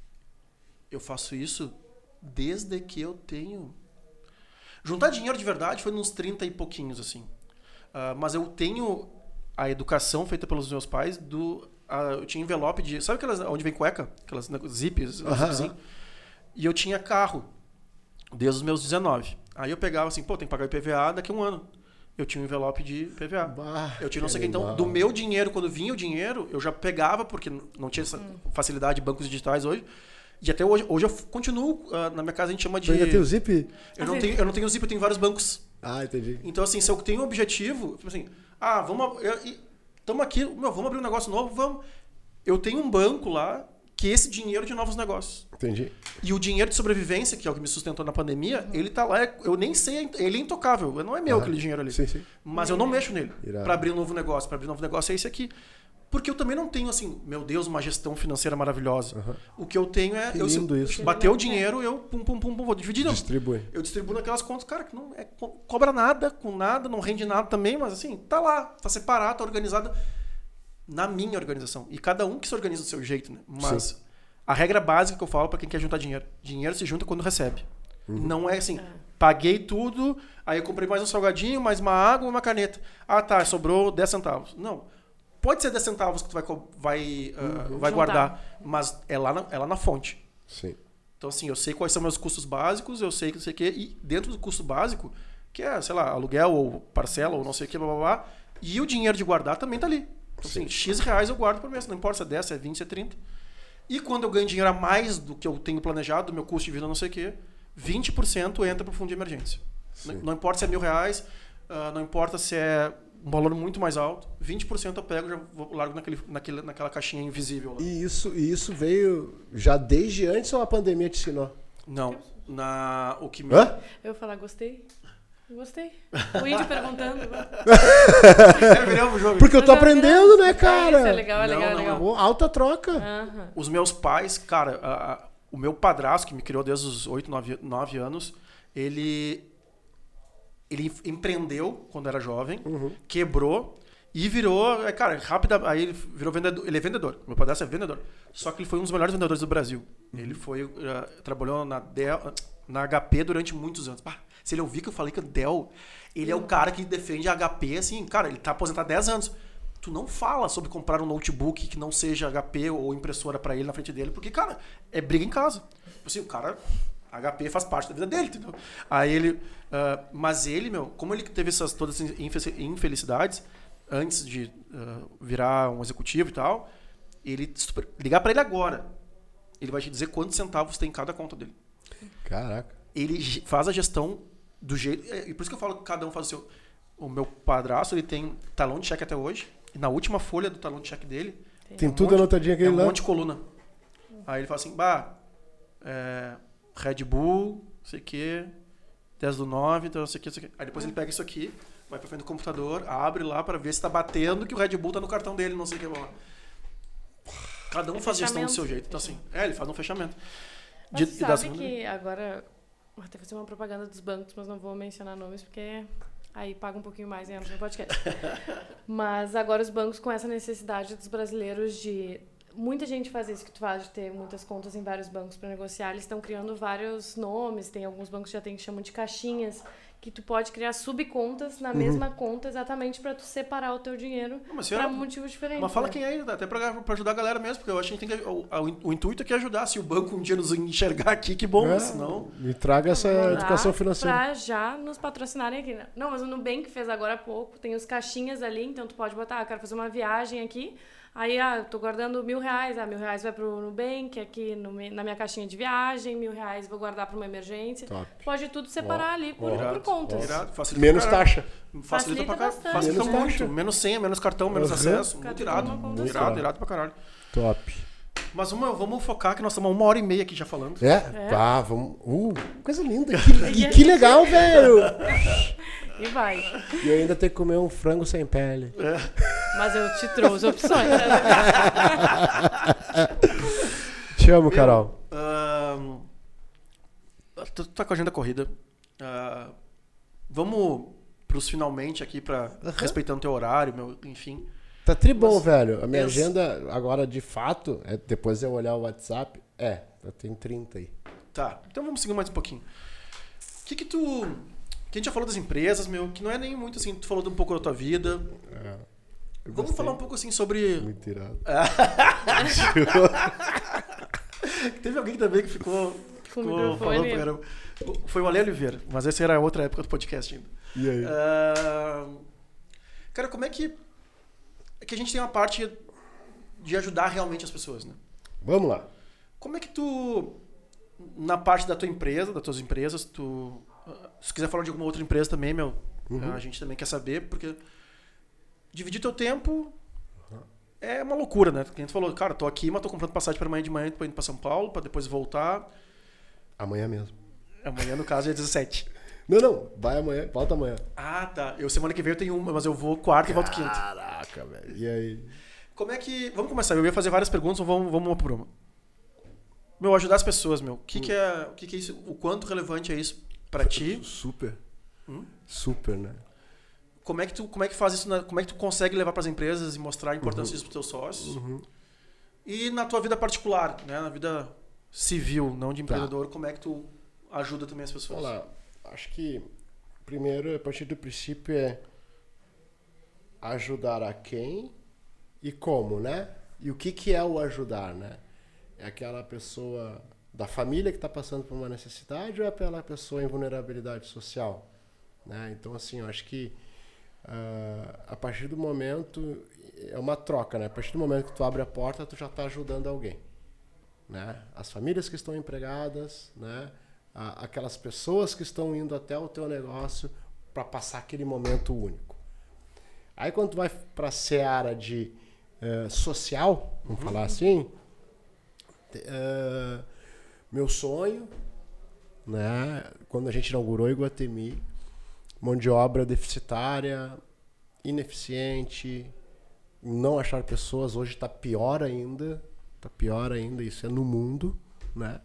Eu faço isso desde que eu tenho... Juntar dinheiro de verdade foi nos trinta e pouquinhos, assim. Uh, mas eu tenho a educação feita pelos meus pais do... Uh, eu tinha envelope de... Sabe aquelas onde vem cueca? Aquelas zips,
uh-huh,
assim. E eu tinha carro desde os meus dezenove. Aí eu pegava assim, pô, tem que pagar I P V A daqui a um ano. Eu tinha um envelope de I P V A. Bah, eu tinha não sei o que. Então, do meu dinheiro, quando vinha o dinheiro, eu já pegava, porque não tinha essa hum. facilidade de bancos digitais hoje. E até hoje, hoje eu continuo, uh, na minha casa a gente chama de...
Tu ainda tem o Zip?
Eu não, tenho, eu não tenho o Zip, eu tenho vários bancos.
Ah, entendi.
Então, assim, se eu tenho um objetivo, tipo assim, ah, vamos... Estamos aqui, meu, vamos abrir um negócio novo, vamos... Eu tenho um banco lá, que esse dinheiro de novos negócios.
Entendi.
E o dinheiro de sobrevivência, que é o que me sustentou na pandemia, uhum. ele tá lá, eu nem sei, ele é intocável, não é meu uhum. aquele dinheiro ali.
Sim, sim.
Mas
é.
eu não mexo nele
Irado.
Pra abrir um novo negócio. Para abrir um novo negócio é esse aqui. Porque eu também não tenho, assim, meu Deus, uma gestão financeira maravilhosa. Uhum. O que eu tenho é...
Que
eu,
lindo
eu,
isso.
Bateu o dinheiro, eu pum, pum, pum, pum, vou dividir.
Distribui.
Eu distribuo naquelas contas, cara, que não é, cobra nada, com nada, não rende nada também, mas assim, tá lá, tá separado, tá organizado na minha organização. E cada um que se organiza do seu jeito, né? Mas... Sim. A regra básica que eu falo para quem quer juntar dinheiro. Dinheiro se junta quando recebe.
Uhum.
Não é assim, paguei tudo, aí eu comprei mais um salgadinho, mais uma água e uma caneta. Ah, tá, sobrou dez centavos. Não. Pode ser dez centavos que tu vai, vai, uh,
Uhum.
vai guardar, mas é lá, na, é lá na fonte.
Sim.
Então, assim, eu sei quais são meus custos básicos, eu sei que não sei o quê, e dentro do custo básico, que é, sei lá, aluguel ou parcela ou não sei o quê, blá, blá, blá, e o dinheiro de guardar também tá ali. Então, assim, X reais eu guardo por mês, não importa se é dez, se é vinte, se é trinta. E quando eu ganho dinheiro a mais do que eu tenho planejado, do meu custo de vida, não sei o quê, vinte por cento entra para o fundo de emergência. Não, não importa se é mil reais, uh, não importa se é um valor muito mais alto, vinte por cento eu pego e já vou, largo naquele, naquele, naquela caixinha invisível lá.
E isso, e isso veio já desde antes ou a pandemia te ensinou?
Não. Na, o que me...
Hã?
Eu vou falar, gostei. Gostei. O índio perguntando.
É, viramos o jogo.
Porque eu tô
Mas é
aprendendo, né,
Isso
cara?
é legal, é
Não,
legal, é
não,
legal.
Pô, alta troca.
Aham.
Os meus pais, cara, a, a, o meu padrasto, que me criou desde os oito, nove anos, ele, ele empreendeu quando era jovem,
Uhum.
quebrou e virou, é, cara, rápido, aí ele virou vendedor, ele é vendedor, meu padrasto é vendedor, só que ele foi um dos melhores vendedores do Brasil. Ele foi, uh, trabalhou na, Dell, na H P durante muitos anos. Bah, se ele ouvir que eu falei que o Dell, ele é o cara que defende a H P, assim, cara, ele tá aposentado há dez anos. Tu não fala sobre comprar um notebook que não seja H P ou impressora pra ele na frente dele, porque, cara, é briga em casa. Assim, o cara, H P faz parte da vida dele, entendeu? Aí ele, uh, mas ele, meu, como ele teve essas todas essas infelicidades antes de uh, virar um executivo e tal, ele ligar pra ele agora, ele vai te dizer quantos centavos tem em cada conta dele.
Caraca.
Ele faz a gestão do jeito, e por isso que eu falo que cada um faz o seu. O meu padrasto, ele tem talão de cheque até hoje. E na última folha do talão de cheque dele...
Tem
um
tudo
monte,
anotadinho aquele
é um
lá?
monte de coluna. Aí ele fala assim, bah, é, Red Bull, não sei o quê, dez do nove, então não sei o quê, não sei o quê. Aí depois ele pega isso aqui, vai pra frente do computador, abre lá pra ver se tá batendo que o Red Bull tá no cartão dele, não sei o que. Blá, blá. Cada um
É
faz gestão do
fechamento.
seu jeito. Então assim, é, ele faz um fechamento.
Mas
De-
tu
da
sabe
segunda-
que agora... Vou até fazer uma propaganda dos bancos, mas não vou mencionar nomes, porque... Aí paga um pouquinho mais e entra no podcast. Mas agora os bancos com essa necessidade dos brasileiros de... Muita gente faz isso que tu faz, de ter muitas contas em vários bancos para negociar. Eles estão criando vários nomes. Tem alguns bancos que já tem que chamam de caixinhas, que tu pode criar subcontas na mesma conta exatamente para tu separar o teu dinheiro
Não, mas
para
é-
motivos diferentes.
Mas fala
né?
quem é, até pra, pra ajudar a galera mesmo, porque eu acho que a gente tem que. O, o, o intuito é que ajudar. Se o banco um dia nos enxergar aqui, que bom,
É,
senão.
Me traga essa
Vamos lá
educação financeira.
Pra já nos patrocinarem aqui. né? Não, mas o Nubank fez agora há pouco, tem os caixinhas ali, então tu pode botar, ah, eu quero fazer uma viagem aqui, aí, ah, eu tô guardando mil reais, ah, mil reais vai pro Nubank, aqui no, me- na minha caixinha de viagem, mil reais vou guardar pra uma emergência.
Top.
Pode tudo separar
Ó,
ali por,
ó,
por
Irado,
contas.
irado, facilita
Menos
pra caralho.
taxa.
Facilita,
Facilita
pra caralho.
bastante,
Facilita
né?
muito. Menos senha, menos cartão, menos
Uhum.
acesso. Muito
Cada
irado.
uma conta
Irado,
só.
irado pra caralho.
Top.
Mas uma, vamos focar que nós estamos uma hora e meia aqui já falando.
É?
É.
Tá, vamos. Uh, coisa linda. Que,
E
e
a
que
gente-
legal, velho.
E vai.
E eu ainda tenho que comer um frango sem pele.
Mas eu te trouxe opções. né?
Te amo, Carol.
Ahn, tu tá com a agenda corrida. Ah, vamos pros finalmente aqui, pra, respeitando teu horário, meu, enfim.
Tá tribom,
Mas-
velho. A minha
Yes.
agenda agora, de fato, é depois de eu olhar o WhatsApp, é, eu tenho trinta aí.
Tá, então vamos seguir mais um pouquinho. O que que tu... Que a gente já falou das empresas, meu, que não é nem muito assim, tu falou um pouco da tua vida.
É, eu
Vamos
gostei.
falar um pouco assim sobre...
Muito irado.
Teve alguém também que ficou...
Com o
ficou
microfone.
falando pra caramba. Foi o Ale Oliveira, mas essa era outra época do podcast ainda.
E aí?
Ah, cara, como é que... É que a gente tem uma parte de ajudar realmente as pessoas, né?
Vamos lá.
Como é que tu, na parte da tua empresa, das tuas empresas, tu... Se quiser falar de alguma outra empresa também, meu,
Uhum.
a gente também quer saber, porque dividir teu tempo é uma loucura, né? Quem tu falou, cara, tô aqui, mas tô comprando passagem para amanhã de manhã, tô indo pra São Paulo, pra depois voltar.
Amanhã mesmo.
Amanhã, no caso, é dezessete.
Não, não. Vai amanhã. Volta amanhã.
Ah, tá. Eu semana que vem eu tenho uma, mas eu vou quarta e volto quinta.
Caraca, velho. E aí?
Como é que... Vamos começar. Eu ia fazer várias perguntas, vamos, vamos uma por uma. Meu, ajudar as pessoas, meu. O que, que é, o que, que é isso? O quanto relevante é isso pra ti?
Super.
Hum?
Super, né?
Como é que tu, como é que faz isso? Na, como é que tu consegue levar para as empresas e mostrar a importância disso para os teus sócios?
Uhum.
E na tua vida particular, né? Na vida civil, não de empreendedor, tá. Como é que tu ajuda também as pessoas?
Vamos lá. Acho que, primeiro, a partir do princípio é ajudar a quem e como, né? E o que, que é o ajudar, né? É aquela pessoa da família que está passando por uma necessidade ou é aquela pessoa em vulnerabilidade social? Né? Então, assim, eu acho que uh, a partir do momento... É uma troca, né? A partir do momento que tu abre a porta, tu já está ajudando alguém. Né? As famílias que estão empregadas, né? A, aquelas pessoas que estão indo até o teu negócio para passar aquele momento único. Aí quando tu vai para a seara de uh, social, vamos uhum. falar assim, uh, meu sonho, né? Quando a gente inaugurou Iguatemi, mão de obra deficitária, ineficiente, não achar pessoas, hoje está pior ainda, está pior ainda, isso é no mundo, né?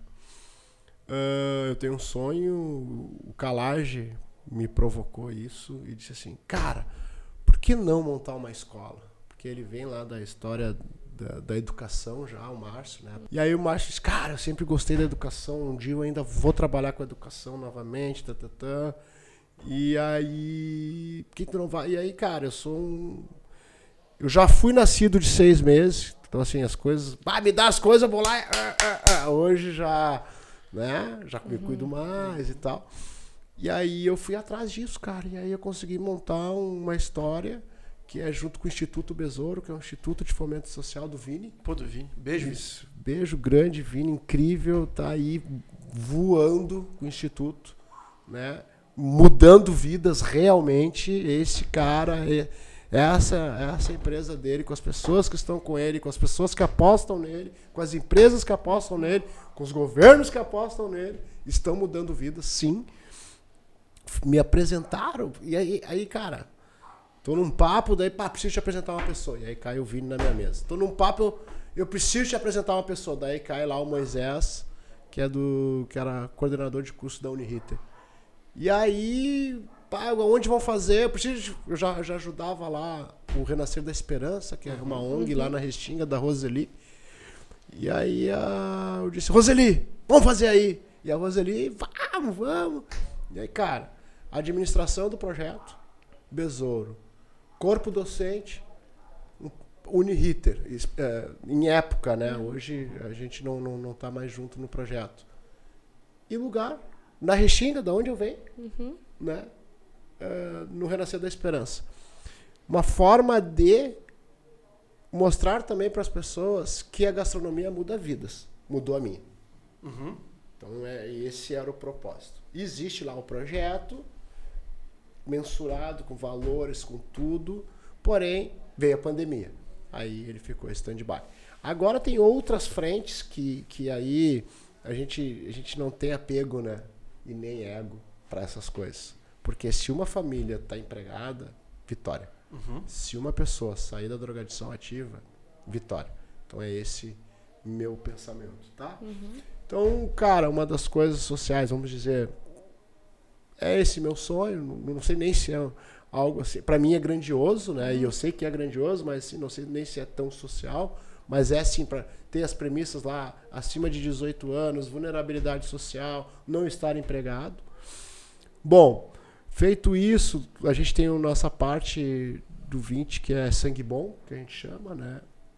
Uh, eu tenho um sonho, o Calage me provocou isso e disse assim, cara, por que não montar uma escola? Porque ele vem lá da história da, da educação já, o Márcio, né? E aí o Márcio disse, cara, eu sempre gostei da educação, um dia eu ainda vou trabalhar com a educação novamente, tá, tá, tá. E aí, por que tu não vai? E aí, cara, eu sou um... Eu já fui nascido de seis meses, então assim, as coisas... Ah, me dá as coisas, eu vou lá... Ah, ah, ah. Hoje já, né, já me uhum. cuido mais e tal. E aí eu fui atrás disso, cara. E aí eu consegui montar uma história que é junto com o Instituto Besouro, que é um Instituto de Fomento Social do Vini.
Pô, do Vini. Beijo,
Isso. Beijo grande, Vini, incrível. Tá aí voando com o Instituto, né? Mudando vidas realmente. Esse cara... É... Essa, essa empresa dele, com as pessoas que estão com ele, com as pessoas que apostam nele, com as empresas que apostam nele, com os governos que apostam nele, estão mudando vidas, sim. Me apresentaram, e aí, aí cara, tô num papo, daí, pá, preciso te apresentar uma pessoa. E aí cai o Vini na minha mesa. Tô num papo, eu, eu preciso te apresentar uma pessoa. Daí cai lá o Moisés, que, é do, que era coordenador de curso da Uniriter. E aí... Onde vão fazer? Eu, preciso, eu já, já ajudava lá o Renascer da Esperança, que é uma O N G lá na Restinga, da Roseli. E aí a, eu disse, Roseli, vamos fazer aí. E a Roseli, vamos, vamos. E aí, cara, administração do projeto, Besouro, corpo docente, Uniriter, é, em época, né? Hoje a gente não, não, não tá mais junto no projeto. E lugar, na Restinga, da onde eu venho, uhum. né? Uh, no Renascer da Esperança. Uma forma de mostrar também para as pessoas que a gastronomia muda vidas. Mudou a minha. Uhum. Então, é, esse era o propósito. Existe lá o projeto, mensurado, com valores, com tudo, porém, veio a pandemia. Aí ele ficou em stand-by. Agora tem outras frentes que, que aí a gente, a gente não tem apego, né? E nem ego para essas coisas. Porque se uma família está empregada, vitória. Uhum. Se uma pessoa sair da drogadição ativa, vitória. Então é esse meu pensamento, tá? Uhum. Então, cara, uma das coisas sociais, vamos dizer, é esse meu sonho. Não, não sei nem se é algo assim. Para mim é grandioso, né? Uhum. E eu sei que é grandioso, mas assim, não sei nem se é tão social. Mas é assim, para ter as premissas lá, acima de dezoito anos, vulnerabilidade social, não estar empregado. Bom... Feito isso, a gente tem a nossa parte do vinte, que é sangue bom, que a gente chama, né?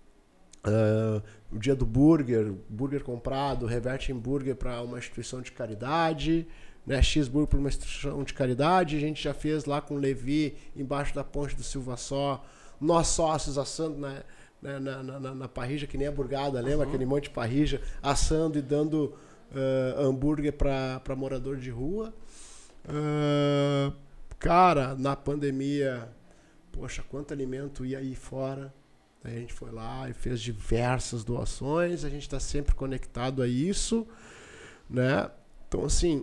Uh, o dia do burger, burger comprado, reverte em burger para uma instituição de caridade, né? X-burger para uma instituição de caridade. A gente já fez lá com o Levi, embaixo da ponte do Silva Só, nós sócios assando na, na, na, na, na parrija, que nem a burgada, lembra? Uhum. Aquele monte de parrija, assando e dando uh, hambúrguer para morador de rua. Uh, cara, na pandemia, poxa, quanto alimento ia aí fora. Aí a gente foi lá e fez diversas doações. A gente está sempre conectado a isso, né? Então, assim,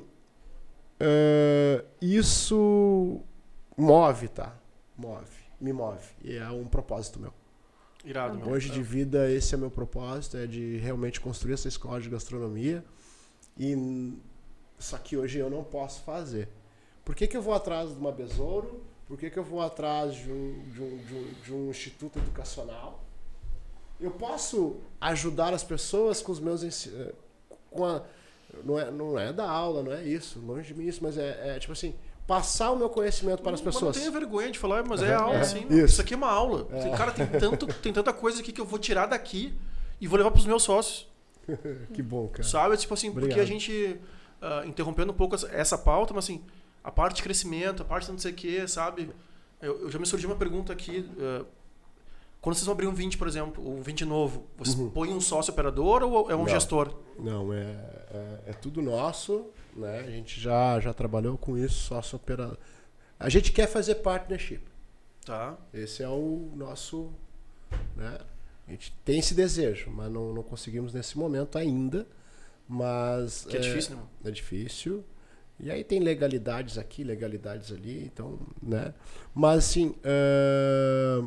uh, isso move, tá? Move, me move. E é um propósito meu.
Irado, meu.
Hoje de vida, esse é meu propósito, é de realmente construir essa escola de gastronomia. E só que hoje eu não posso fazer. Por que que eu vou atrás de uma Besouro? Por que que eu vou atrás de um, de um, de um, de um instituto educacional? eu posso ajudar as pessoas com os meus ensinos. Com a, não, é, não é da aula, não é isso, longe de mim isso, mas é, é tipo assim, passar o meu conhecimento para as pessoas.
Mas não tenha vergonha de falar, mas
uhum.
é aula,
é,
sim.
isso.
Isso aqui é uma aula.
É.
Cara, tem, tanto, tem tanta coisa aqui que eu vou tirar daqui e vou levar para os meus sócios.
Que bom, cara.
Sabe? Tipo assim,
Obrigado.
porque a gente, uh, interrompendo um pouco essa pauta, mas assim, a parte de crescimento, a parte de não sei o que, sabe? Eu, eu já me surgiu uma pergunta aqui. Uh, quando vocês vão abrir um vinte, por exemplo, um vinte novo, vocês
uhum.
põem um sócio operador ou é um
não.
gestor?
Não, é, é, é tudo nosso, né? A gente já, já trabalhou com isso, sócio operador. A gente quer fazer partnership.
Tá.
Esse é o nosso, né? A gente tem esse desejo, mas não, não conseguimos nesse momento ainda. Mas
que é, é difícil, né?
É difícil. E aí tem legalidades aqui, legalidades ali, então, né? Mas assim, uh...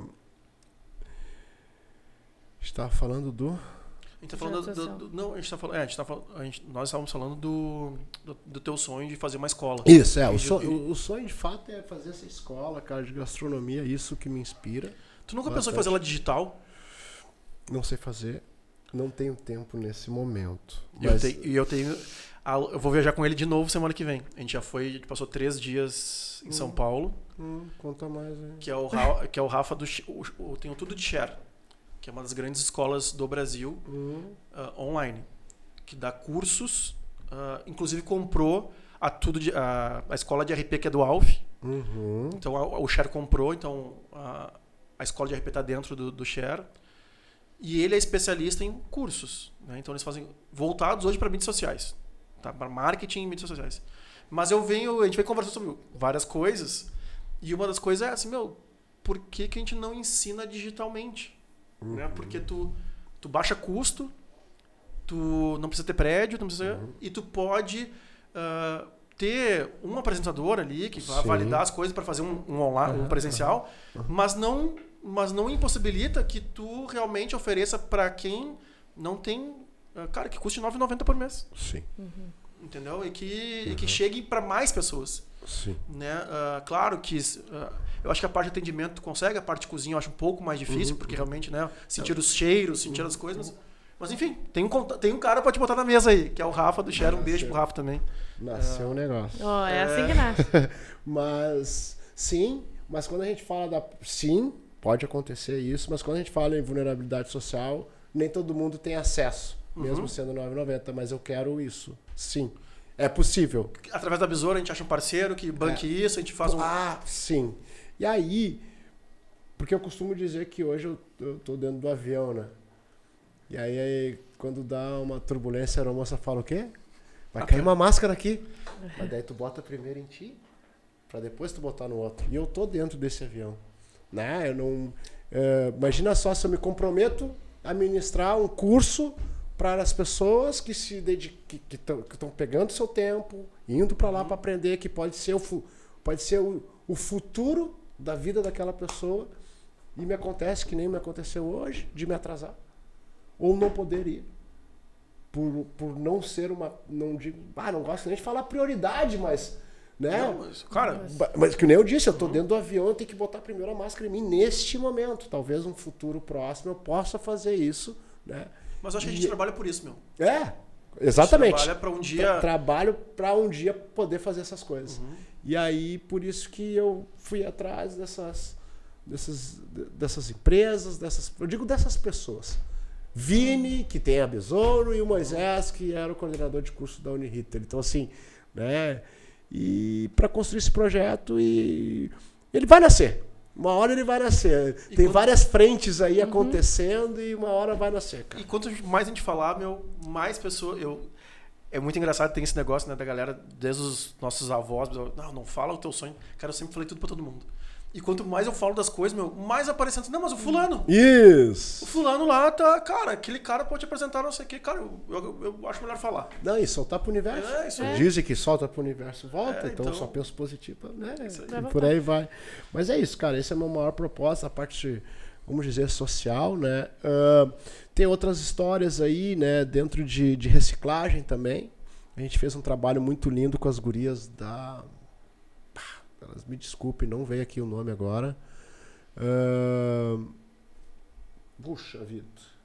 a gente estava falando do...
A gente tá falando do, do, do, não, a gente tá falando, é, a gente tá falando, a gente, nós estávamos falando do, do, do teu sonho de fazer uma escola.
Isso, é, o,
de,
sonho, o sonho de fato é fazer essa escola, cara, de gastronomia, isso que me inspira.
Tu nunca
bastante.
pensou em fazer ela digital?
Não sei fazer, não tenho tempo nesse momento.
E
Mas...
eu, te, eu tenho, eu vou viajar com ele de novo semana que vem. A gente já foi, a gente passou três dias em hum, São Paulo.
Hum, conta mais aí.
Que é o, que é o Rafa do, o, o, tem o Tudo de Share, que é uma das grandes escolas do Brasil,
uhum.
uh, online, que dá cursos, uh, inclusive comprou a, tudo de, a, a escola de R P que é do Alf,
uhum.
então a, o Share comprou, então a, a escola de R P está dentro do, do Share, e ele é especialista em cursos, né? Então eles fazem voltados hoje para mídias sociais, tá? Para marketing e mídias sociais. Mas eu venho, a gente vem conversando sobre várias coisas, e uma das coisas é assim, meu, por que, que a gente não ensina digitalmente?
Uhum.
Né? Porque tu, tu baixa custo, tu não precisa ter prédio, tu não precisa, uhum. e tu pode uh, ter um apresentador ali que vai Sim. validar as coisas para fazer um, um online, um presencial, uhum. mas não, mas não impossibilita que tu realmente ofereça para quem não tem, uh, cara, que custe nove reais e noventa centavos por mês.
Sim.
Uhum.
Entendeu? E que,
uhum.
e que chegue para mais pessoas.
Sim.
Né? Uh, claro que uh, eu acho que a parte de atendimento tu consegue, a parte de cozinha eu acho um pouco mais difícil,
uhum.
porque realmente, né, sentir os cheiros, sentir uhum. as coisas. Mas, mas enfim, tem um, tem um cara pra te botar na mesa aí, que é o Rafa do Share. Um beijo pro Rafa também.
Nasceu o uh, um negócio.
Oh, é assim que nasce.
Mas, sim, mas quando a gente fala da... Sim, pode acontecer isso, mas quando a gente fala em vulnerabilidade social, nem todo mundo tem acesso, uhum. mesmo sendo nove reais e noventa centavos, mas eu quero isso. Sim. É possível.
Através da Besouro a gente acha um parceiro que banque é. isso, a gente faz um...
Ah, sim. E aí, porque eu costumo dizer que hoje eu, eu tô dentro do avião, né? E aí, aí quando dá uma turbulência, a aeromoça fala o quê? Vai ah, cair uma máscara aqui. Mas daí tu bota primeiro em ti, pra depois tu botar no outro. E eu tô dentro desse avião. Né? Eu não... É, imagina só se eu me comprometo a ministrar um curso para as pessoas que se dedicam, que estão pegando seu tempo, indo para lá uhum. para aprender, que pode ser, o, pode ser o, o futuro da vida daquela pessoa, e me acontece que nem me aconteceu hoje, de me atrasar, ou não poder ir, por, por não ser uma, não digo, ah, não gosto nem de falar prioridade, mas, né?
Não, mas, cara,
mas, mas que nem eu disse, eu estou uhum. dentro do avião, eu tenho que botar primeiro a máscara em mim neste momento, talvez no futuro próximo eu possa fazer isso, né?
Mas eu acho que a gente e... trabalha por isso, meu.
É, exatamente.
Trabalha para um dia...
Tra trabalho para um dia poder fazer essas coisas.
Uhum.
E aí, por isso que eu fui atrás dessas, dessas, dessas empresas, dessas, eu digo dessas pessoas. Vini, que tem a Besouro, e o Moisés, que era o coordenador de curso da Uniriter. Então, assim, né? E para construir esse projeto, e ele vai nascer. Uma hora ele vai nascer. E tem quando... várias frentes aí uhum. acontecendo e uma hora vai nascer, cara.
E quanto mais a gente falar, meu, mais pessoas... Eu... É muito engraçado, tem esse negócio, né, da galera, desde os nossos avós. Não, não fala o teu sonho. Cara, eu sempre falei tudo pra todo mundo. E quanto mais eu falo das coisas, meu, mais aparecendo. Não, mas o fulano.
Isso.
O fulano lá tá... Cara, aquele cara pode te apresentar não sei o quê. Cara, eu, eu, eu acho melhor falar.
Não, e soltar pro universo.
É, isso
é. Dizem que solta pro universo volta,
é,
então,
então
só penso positivo, né?
Aí.
E por aí vai. Mas é isso, cara. Esse é a minha maior proposta, a parte, vamos dizer, social, né? Uh, tem outras histórias aí, né? Dentro de, de reciclagem também. A gente fez um trabalho muito lindo com as gurias da... Elas me desculpem, não veio aqui o nome agora. Uh... Puxa vida.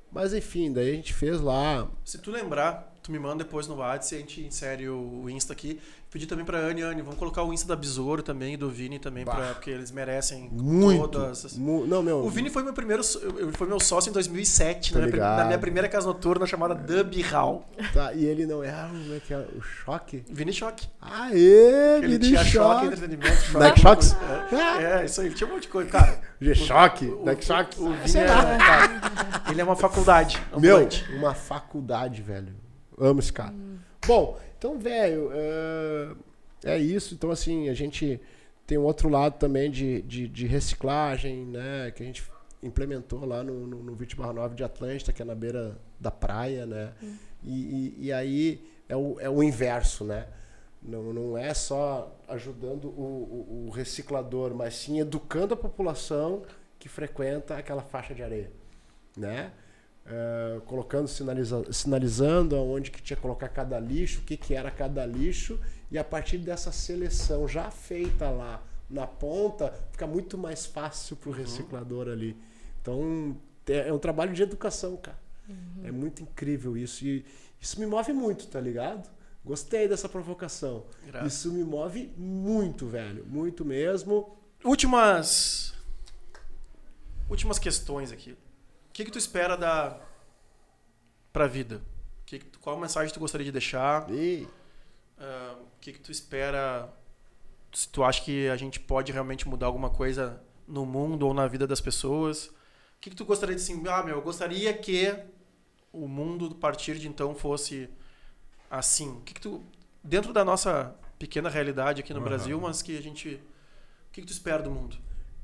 Mas enfim, daí a gente fez lá.
Se tu lembrar, tu me manda depois no WhatsApp, a gente insere o Insta aqui. Pedir também pra Anne, Anne, vamos colocar o Insta da Besouro também, do Vini também, pra, porque eles merecem
muito,
todas.
Mu- não, meu,
o Vini foi meu primeiro, foi meu sócio em dois mil e sete,
Tô
na minha,
ligado.
na minha primeira casa noturna chamada Dub Hall.
Tá, e ele não é, ah, como é que é? O Choque?
Vini Choque.
Aê,
Ele
Vini
tinha Choque,
Choque.
entretenimento, Choque.
Dark Shocks?
É, é, isso aí, ele tinha um monte de coisa. Cara,
G-Choque,
o-
Dark Shocks.
O Vini é, cara, ele é uma faculdade.
Meu,
ambulante.
uma faculdade, velho. Amo esse cara. Hum. Bom, então, velho, é, é isso. Então, assim, a gente tem um outro lado também de, de, de reciclagem, né? Que a gente implementou lá no, no, no vinte barra nove de Atlântida, que é na beira da praia, né? Hum. E, e, e aí é o, é o inverso, né? Não, não é só ajudando o, o, o reciclador, mas sim educando a população que frequenta aquela faixa de areia, né? Uh, colocando, sinaliza, sinalizando aonde que tinha que colocar cada lixo, o que, que era cada lixo, e a partir dessa seleção já feita lá na ponta, fica muito mais fácil para o reciclador uhum. ali. Então, é um trabalho de educação, cara. Uhum. É muito incrível isso. E isso me move muito, tá ligado? Gostei dessa provocação. Graças. Isso me move muito, velho. Muito mesmo.
Últimas... Últimas questões aqui. O que, que tu espera da pra vida? Que, qual mensagem tu gostaria de deixar?
E...
Uh, o que, que tu espera? Se tu acha que a gente pode realmente mudar alguma coisa no mundo ou na vida das pessoas? O que, que tu gostaria de assim? Ah, meu, eu gostaria que o mundo, a partir de então, fosse assim. O que, que tu, dentro da nossa pequena realidade aqui no uhum. Brasil, mas que a gente... O que, que tu espera do mundo?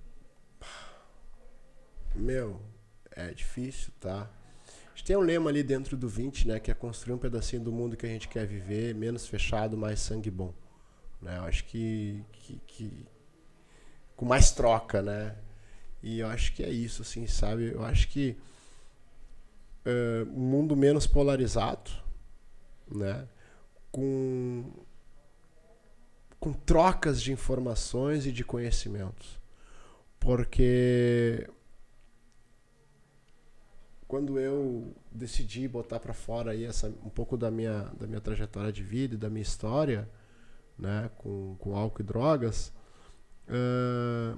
Meu... É difícil, tá? A gente tem um lema ali dentro do vinte, né? Que é construir um pedacinho do mundo que a gente quer viver, menos fechado, mais sangue bom. Né? Eu acho que, que, que... Com mais troca, né? E eu acho que é isso, assim, sabe? Eu acho que uh, um mundo menos polarizado, né? Com... Com trocas de informações e de conhecimentos. Porque... Quando eu decidi botar para fora aí essa, um pouco da minha, da minha trajetória de vida e da minha história, né, com, com álcool e drogas, uh,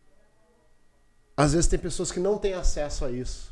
às vezes tem pessoas que não têm acesso a isso.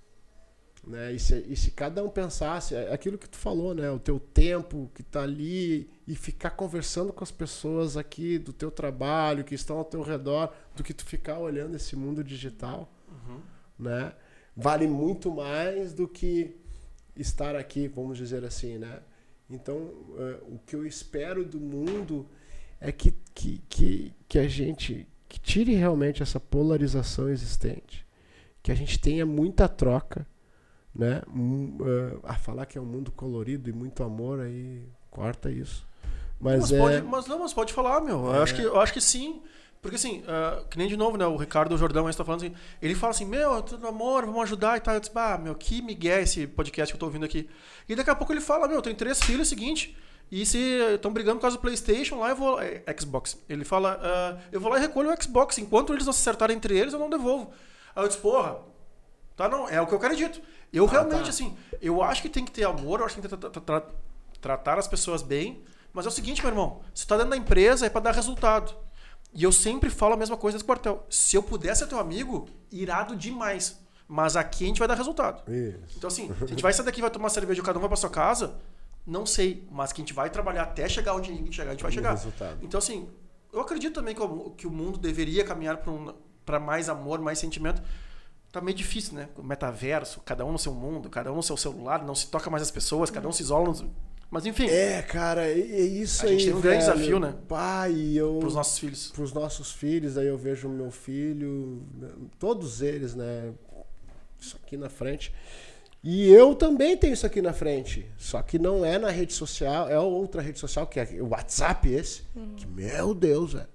Né? E, se, e se cada um pensasse, é aquilo que tu falou, né, o teu tempo que está ali e ficar conversando com as pessoas aqui do teu trabalho, que estão ao teu redor, do que tu ficar olhando esse mundo digital, uhum. né? Vale muito mais do que estar aqui, vamos dizer assim, né? Então, uh, o que eu espero do mundo é que, que, que, que a gente que tire realmente essa polarização existente, que a gente tenha muita troca, né? Um, uh, a falar que é um mundo colorido e muito amor, aí corta isso. Mas,
mas,
é...
pode, mas não, mas pode falar, meu. É. Eu, acho que, eu acho que sim. Porque assim, uh, que nem de novo, né? O Ricardo Jordão está falando assim, ele fala assim, meu, tudo amor, vamos ajudar e tal. Eu disse, ah, meu, que migué esse podcast que eu tô ouvindo aqui. E daqui a pouco ele fala, meu, eu tenho três filhos, é o seguinte, e se estão brigando por causa do PlayStation, lá eu vou... É, Xbox. Ele fala, uh, eu vou lá e recolho o Xbox. Enquanto eles não se acertarem entre eles, eu não devolvo. Aí eu disse, porra, tá, não, é o que eu acredito. Eu ah, realmente, tá. assim, eu acho que tem que ter amor, eu acho que tem que tra- tra- tra- tratar as pessoas bem, mas é o seguinte, meu irmão, se tu tá dentro da empresa é pra dar resultado. E eu sempre falo a mesma coisa desse quartel. Se eu puder ser teu amigo, irado demais. Mas aqui a gente vai dar resultado. Isso. Então assim, se a gente vai sair daqui e vai tomar cerveja e cada um vai pra sua casa, não sei. Mas que a gente vai trabalhar até chegar onde a gente chegar, a gente vai chegar. Resultado. Então assim, eu acredito também que o, que o mundo deveria caminhar pra, um, pra mais amor, mais sentimento. Tá meio difícil, né? O metaverso, cada um no seu mundo, cada um no seu celular, não se toca mais as pessoas, cada um se isola... Nos... Mas enfim.
É, cara, é isso aí.
A gente tem um grande
velho.
desafio, né?
Pai, eu.
Pros nossos filhos.
Pros nossos filhos, aí eu vejo o meu filho, todos eles, né? Isso aqui na frente. E eu também tenho isso aqui na frente. Só que não é na rede social, é outra rede social, que é o WhatsApp esse. Hum. Que, meu Deus, velho.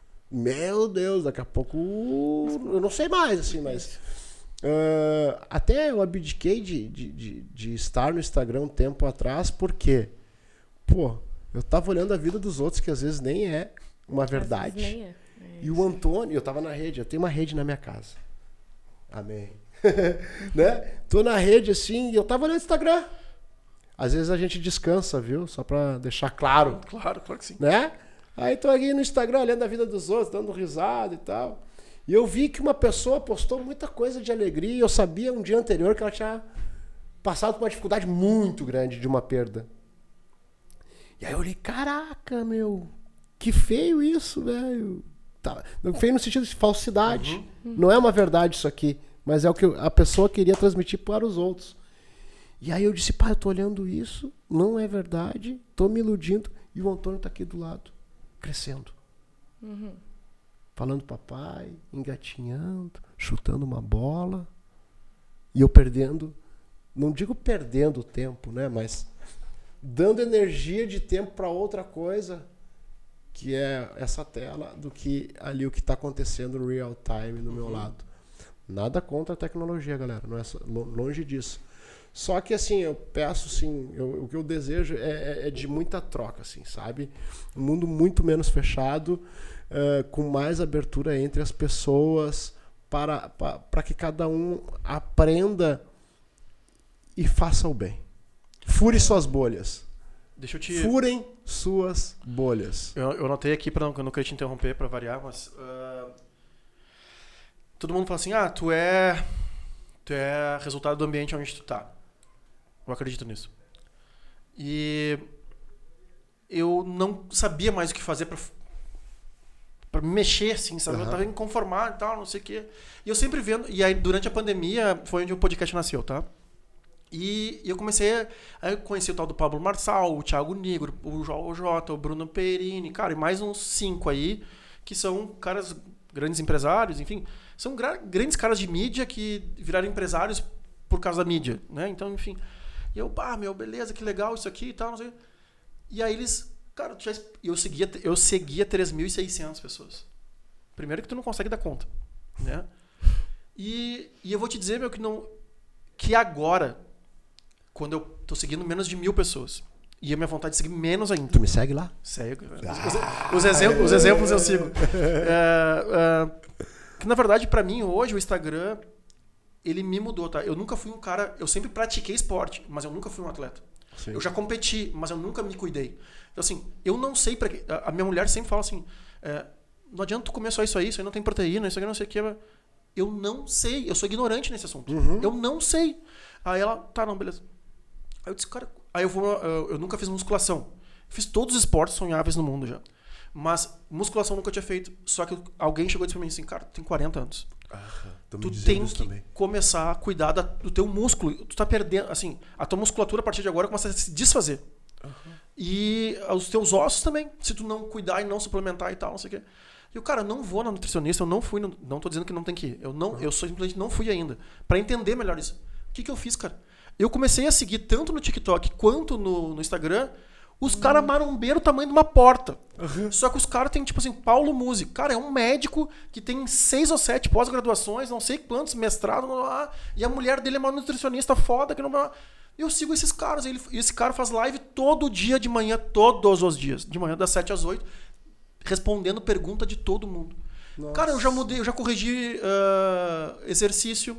Meu Deus, daqui a pouco. Eu não sei mais, assim, mas. Uh, até eu abdiquei de, de, de, de estar no Instagram um tempo atrás, porque, pô, eu tava olhando a vida dos outros que às vezes nem é uma verdade. Nem é. É e o Antônio, eu tava na rede, eu tenho uma rede na minha casa. Amém. Né? Tô na rede assim, e eu tava no Instagram. Às vezes a gente descansa, viu? Só pra deixar claro.
Claro, claro que sim.
Né? Aí tô aqui no Instagram olhando a vida dos outros, dando risada e tal. E eu vi que uma pessoa postou muita coisa de alegria e eu sabia um dia anterior que ela tinha passado por uma dificuldade muito grande de uma perda. E aí eu olhei, caraca, meu, que feio isso, velho. Tá. Feio no sentido de falsidade. Uhum. Não é uma verdade isso aqui, mas é o que a pessoa queria transmitir para os outros. E aí eu disse, pai, eu tô olhando isso, não é verdade, tô me iludindo, e o Antônio tá aqui do lado, crescendo. Uhum. Falando papai, engatinhando, chutando uma bola, e eu perdendo, não digo perdendo o tempo, né, mas dando energia de tempo para outra coisa, que é essa tela, do que ali o que está acontecendo no real time no uhum. meu lado. Nada contra a tecnologia, galera, não é só, longe disso. Só que assim, eu peço assim, eu, o que eu desejo é, é de muita troca, assim, sabe? Um mundo muito menos fechado, uh, com mais abertura entre as pessoas, para, para, para que cada um aprenda e faça o bem. Fure suas bolhas.
Deixa eu te...
Furem suas bolhas.
Eu, eu anotei aqui, pra não, eu não queria te interromper para variar, mas... Uh, todo mundo fala assim, ah, tu é, tu é resultado do ambiente onde tu tá. Eu acredito nisso. E eu não sabia mais o que fazer pra, pra me mexer, assim, sabe? Uhum. Eu tava inconformado e tal, não sei o quê. E eu sempre vendo... E aí, durante a pandemia, foi onde o podcast nasceu, tá? E eu comecei a conhecer o tal do Pablo Marçal, o Thiago Negro, o Jota, o Bruno Perini, cara, e mais uns cinco aí, que são caras, grandes empresários, enfim, são gra- grandes caras de mídia que viraram empresários por causa da mídia, né? Então, enfim. E eu, pá, meu, beleza, que legal isso aqui e tal, não sei. E aí eles, cara, eu seguia, eu seguia três mil e seiscentas pessoas. Primeiro que tu não consegue dar conta, né? E, e eu vou te dizer, meu, que não, que agora, quando eu tô seguindo menos de mil pessoas, e a minha vontade de seguir menos ainda.
Tu me segue lá?
Segue. Ah, os, os, exemplos, os exemplos eu sigo. é, é, que na verdade, pra mim, hoje, o Instagram, ele me mudou, tá? Eu nunca fui um cara... Eu sempre pratiquei esporte, mas eu nunca fui um atleta. Sim. Eu já competi, mas eu nunca me cuidei. Então, assim, eu não sei pra quê. A minha mulher sempre fala assim, é, não adianta tu comer só isso aí, isso aí não tem proteína, isso aqui não sei o que. Eu não sei, eu sou ignorante nesse assunto. Uhum. Eu não sei. Aí ela, tá, não, beleza. Aí eu disse, cara... Aí eu vou... Eu, eu nunca fiz musculação. Fiz todos os esportes sonháveis no mundo já. Mas musculação nunca tinha feito. Só que alguém chegou e disse pra mim assim, cara, tu tem quarenta anos. Ah, tu tem que também. Começar a cuidar da, do teu músculo. Tu tá perdendo, assim, a tua musculatura a partir de agora começa a se desfazer. Uhum. E os teus ossos também, se tu não cuidar e não suplementar e tal, não sei o quê. E o cara, eu não vou na nutricionista, eu não fui, no, não tô dizendo que não tem que ir. Eu, não, uhum. eu só simplesmente não fui ainda. Pra entender melhor isso. O que que eu fiz, cara? Eu comecei a seguir tanto no TikTok quanto no, no Instagram os caras marombeiros o tamanho de uma porta. Uhum. Só que os caras têm, tipo assim, Paulo Musi. Cara, é um médico que tem seis ou sete pós-graduações, não sei quantos, mestrado, blá, blá, e a mulher dele é uma nutricionista foda. Que não... Eu sigo esses caras. Ele, esse cara faz live todo dia de manhã, todos os dias. De manhã, das sete às oito, respondendo pergunta de todo mundo. Nossa. Cara, eu já mudei, eu já corrigi uh, exercício.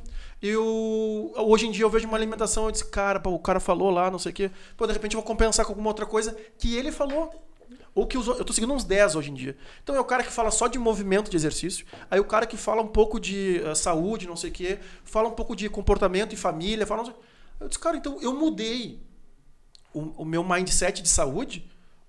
Eu, hoje em dia eu vejo uma alimentação, eu disse, cara, pô, o cara falou lá, não sei o quê. Pô, de repente eu vou compensar com alguma outra coisa que ele falou. Ou que os, eu tô seguindo uns dez hoje em dia. Então é o cara que fala só de movimento de exercício. Aí o cara que fala um pouco de uh, saúde, não sei o quê. Fala um pouco de comportamento e família. Fala, não sei. Eu disse, cara, então eu mudei o, o meu mindset de saúde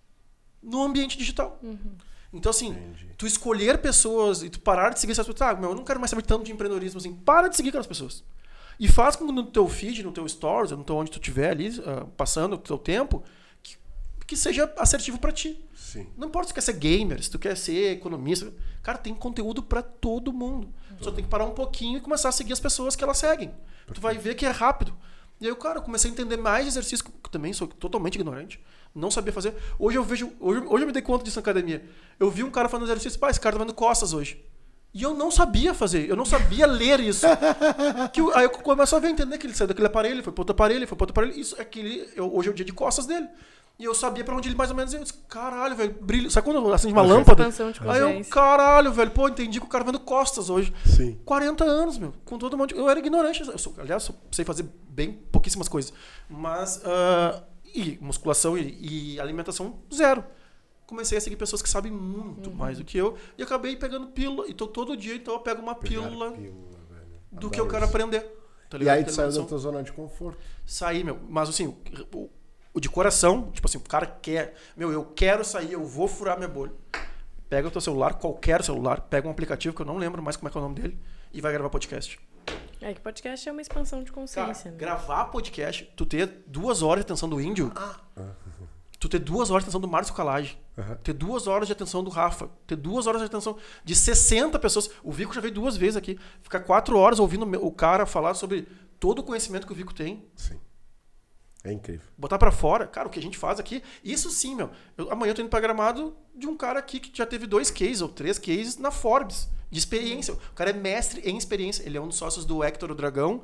no ambiente digital. Uhum. Então, assim, Entendi. Tu escolher pessoas e tu parar de seguir essas pessoas. Ah, meu, eu não quero mais saber tanto de empreendedorismo, assim. Para de seguir aquelas pessoas. E faz com que no teu feed, no teu stories, no teu onde tu estiver ali, uh, passando o teu tempo, que, que seja assertivo pra ti. Sim. Não importa se tu quer ser gamer, se tu quer ser economista. Cara, tem conteúdo pra todo mundo. Uhum. Só tem que parar um pouquinho e começar a seguir as pessoas que elas seguem. Perfeito. Tu vai ver que é rápido. E aí, cara, eu comecei a entender mais de exercício, que também sou totalmente ignorante. Não sabia fazer. Hoje eu vejo. Hoje, hoje eu me dei conta disso na academia. Eu vi um cara fazendo exercício, pá, esse cara tá fazendo costas hoje. E eu não sabia fazer, eu não sabia ler isso. Que eu, aí eu começo a ver, entender que ele saiu daquele aparelho, foi para outro aparelho, foi para outro aparelho. Isso, aquele, eu, hoje é o dia de costas dele. E eu sabia pra onde ele mais ou menos ia. Eu disse, caralho, velho, brilho. Sabe quando acende uma
Uhum.
lâmpada?
Expansão de
Aí eu,
consciência.
caralho, velho, pô, entendi que o cara vendo costas hoje.
Sim.
quarenta anos, meu, com todo um monte. Eu era ignorante. Eu sou, aliás, eu sei fazer bem pouquíssimas coisas. Mas. Uh, e musculação e, e alimentação, zero. Comecei a seguir pessoas que sabem muito
Uhum.
mais do que eu. E acabei pegando pílula. Então todo dia então, eu pego uma
Pegar
pílula
pílula, velho.
do
Adoro
que eu quero
isso.
aprender. Tá
E
ligado?
aí tu
Porque
saiu
eles
da
são-
tua zona de conforto.
Sair, meu. Mas assim, o, o de coração, tipo assim, o cara quer. Meu, eu quero sair, eu vou furar minha bolha. Pega o teu celular, qualquer celular, pega um aplicativo que eu não lembro mais como é que é o nome dele, e vai gravar podcast.
É que podcast é uma expansão de
Cara,
consciência. né?
gravar podcast, tu ter duas horas de atenção do índio, tu ter duas horas de atenção do Márcio Calage,
Aham.
ter duas horas de atenção do Rafa, ter duas horas de atenção de sessenta pessoas. O Vico já veio duas vezes aqui. Ficar quatro horas ouvindo o cara falar sobre todo o conhecimento que o Vico tem.
Sim. É incrível.
Botar pra fora, cara, o que a gente faz aqui, isso sim, meu. Eu, amanhã eu tô indo pra Gramado de um cara aqui que já teve dois cases ou três cases na Forbes, de experiência. O cara é mestre em experiência. Ele é um dos sócios do Hector o Dragão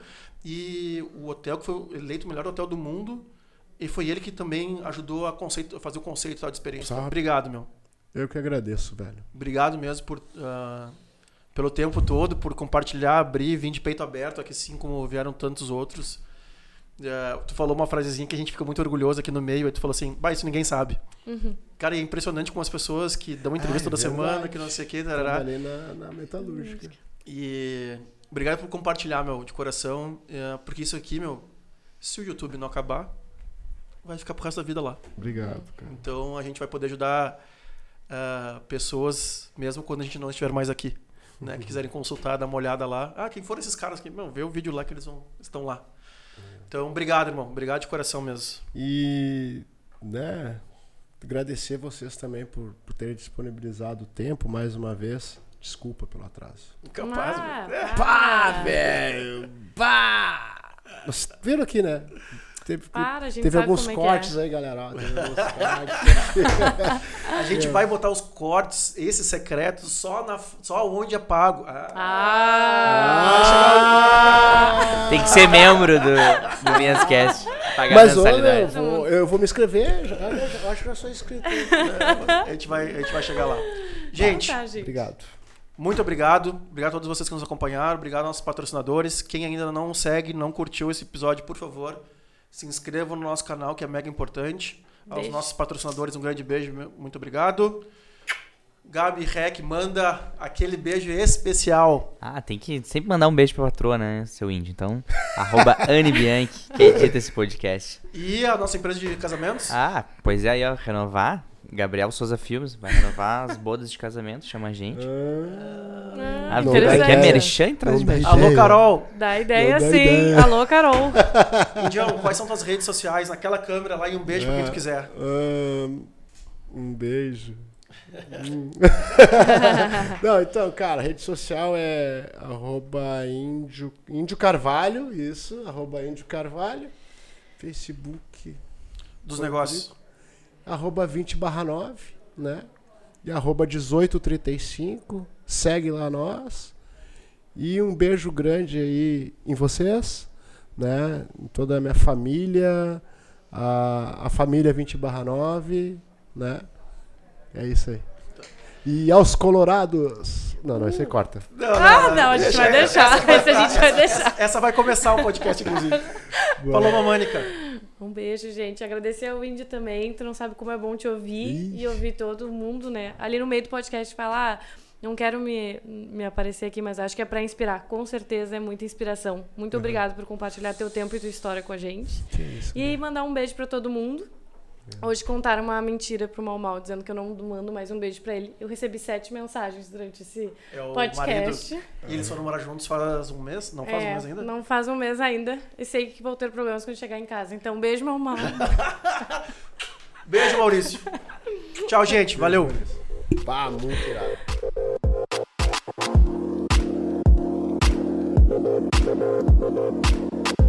e o hotel que foi eleito o melhor hotel do mundo. E foi ele que também ajudou a, conceito, a fazer o conceito tal de experiência.
Sabe.
Obrigado, meu.
Eu que agradeço, velho.
Obrigado mesmo por, ah, pelo tempo todo, por compartilhar, abrir, vir de peito aberto, aqui assim como vieram tantos outros. Ah, tu falou uma frasezinha que a gente fica muito orgulhoso aqui no meio, aí tu falou assim, bah, isso ninguém sabe.
Uhum.
Cara, é impressionante como as pessoas que dão entrevista
Ah, é
toda
verdade.
semana, que não sei o que, tarará.
Trabalhei na, na metalúrgica.
E obrigado por compartilhar, meu, de coração, é, porque isso aqui, meu, se o YouTube não acabar, vai ficar pro resto da vida lá.
Obrigado, cara.
Então a gente vai poder ajudar ah, pessoas, mesmo quando a gente não estiver mais aqui. Né, que quiserem consultar, dar uma olhada lá. Ah, quem foram esses caras aqui? Meu, vê o vídeo lá que eles vão, estão lá. Então, obrigado, irmão. Obrigado de coração mesmo.
E, né, agradecer vocês também por, por terem disponibilizado o tempo mais uma vez. Desculpa pelo atraso.
Capaz,
Ah,
meu. É.
para.
velho! Pá! Vocês viram aqui, né? Teve,
Para, a gente
teve
sabe
alguns
como é que
cortes
é.
aí, galera. Ó, teve alguns cortes.
A gente vai botar os cortes, esses secretos, só, na, só onde é pago. Ah,
Ah!
Tem que ser membro do, do Minhascast. Pagar
Mas, ô,
mensalidade.
meu, vou, eu vou me inscrever. Já, eu já- eu acho que já sou inscrito.
a, gente vai, a gente vai chegar lá. Gente,
Tá, gente.
Obrigado.
muito obrigado. Obrigado a todos vocês que nos acompanharam. Obrigado aos nossos patrocinadores. Quem ainda não segue, não curtiu esse episódio, por favor, se inscreva no nosso canal, que é mega importante. Aos
Beijo.
nossos patrocinadores, um grande beijo. Muito obrigado. Gabi Rec, manda aquele beijo especial.
Ah, tem que sempre mandar um beijo pra patroa, né, seu índio. Então, arroba Anne Bianchi, que edita esse podcast.
E a nossa empresa de casamentos.
Ah, pois é, aí, ó, renovar. Gabriel Souza Filmes vai renovar as bodas de casamento, chama a gente.
Ah,
Ah,
não
quer,
dá
quer
ideia.
merchan? Traz
Não dá
merchan.
Alô,
ideia.
Carol.
Dá ideia
Não dá
sim.
ideia.
Alô, Carol.
Indião, quais são tuas redes sociais? Naquela câmera lá e um beijo pra quem tu quiser.
Ahn, um beijo. Hum. Não, então, cara, rede social é arroba índio, índio Carvalho, isso, arroba índio Carvalho. Facebook,
Dos
Foi
negócios.
arroba vinte barra nove, né? E arroba dezoito trinta e cinco. Segue lá nós. E um beijo grande aí em vocês, né? Em toda a minha família, a, a família vinte barra nove, né? É isso aí. E aos colorados. Não, não, isso aí corta.
Não,
Ah, não, a gente vai deixar. Esse a gente vai deixar.
Essa vai começar o podcast, inclusive. Falou, Mamânica.
Um beijo, gente. Agradecer ao Indy também. Tu não sabe como é bom te ouvir
Ixi.
e ouvir todo mundo, né? Ali no meio do podcast falar, ah, não quero me, me aparecer aqui, mas acho que é pra inspirar. Com certeza é muita inspiração. Muito obrigado por compartilhar teu tempo e tua história com a gente.
Que isso,
E mandar um beijo pra todo mundo. Hoje contaram uma mentira pro Mal Mal, dizendo que eu não mando mais um beijo pra ele. Eu recebi sete mensagens durante esse
É o
podcast.
marido. E eles foram morar juntos faz um mês? Não faz
É,
um mês ainda?
Não faz um mês ainda. E sei que vou ter problemas quando chegar em casa. Então, beijo, Mal Mal.
Beijo, Maurício. Tchau, gente. Valeu.
Pá, muito irado.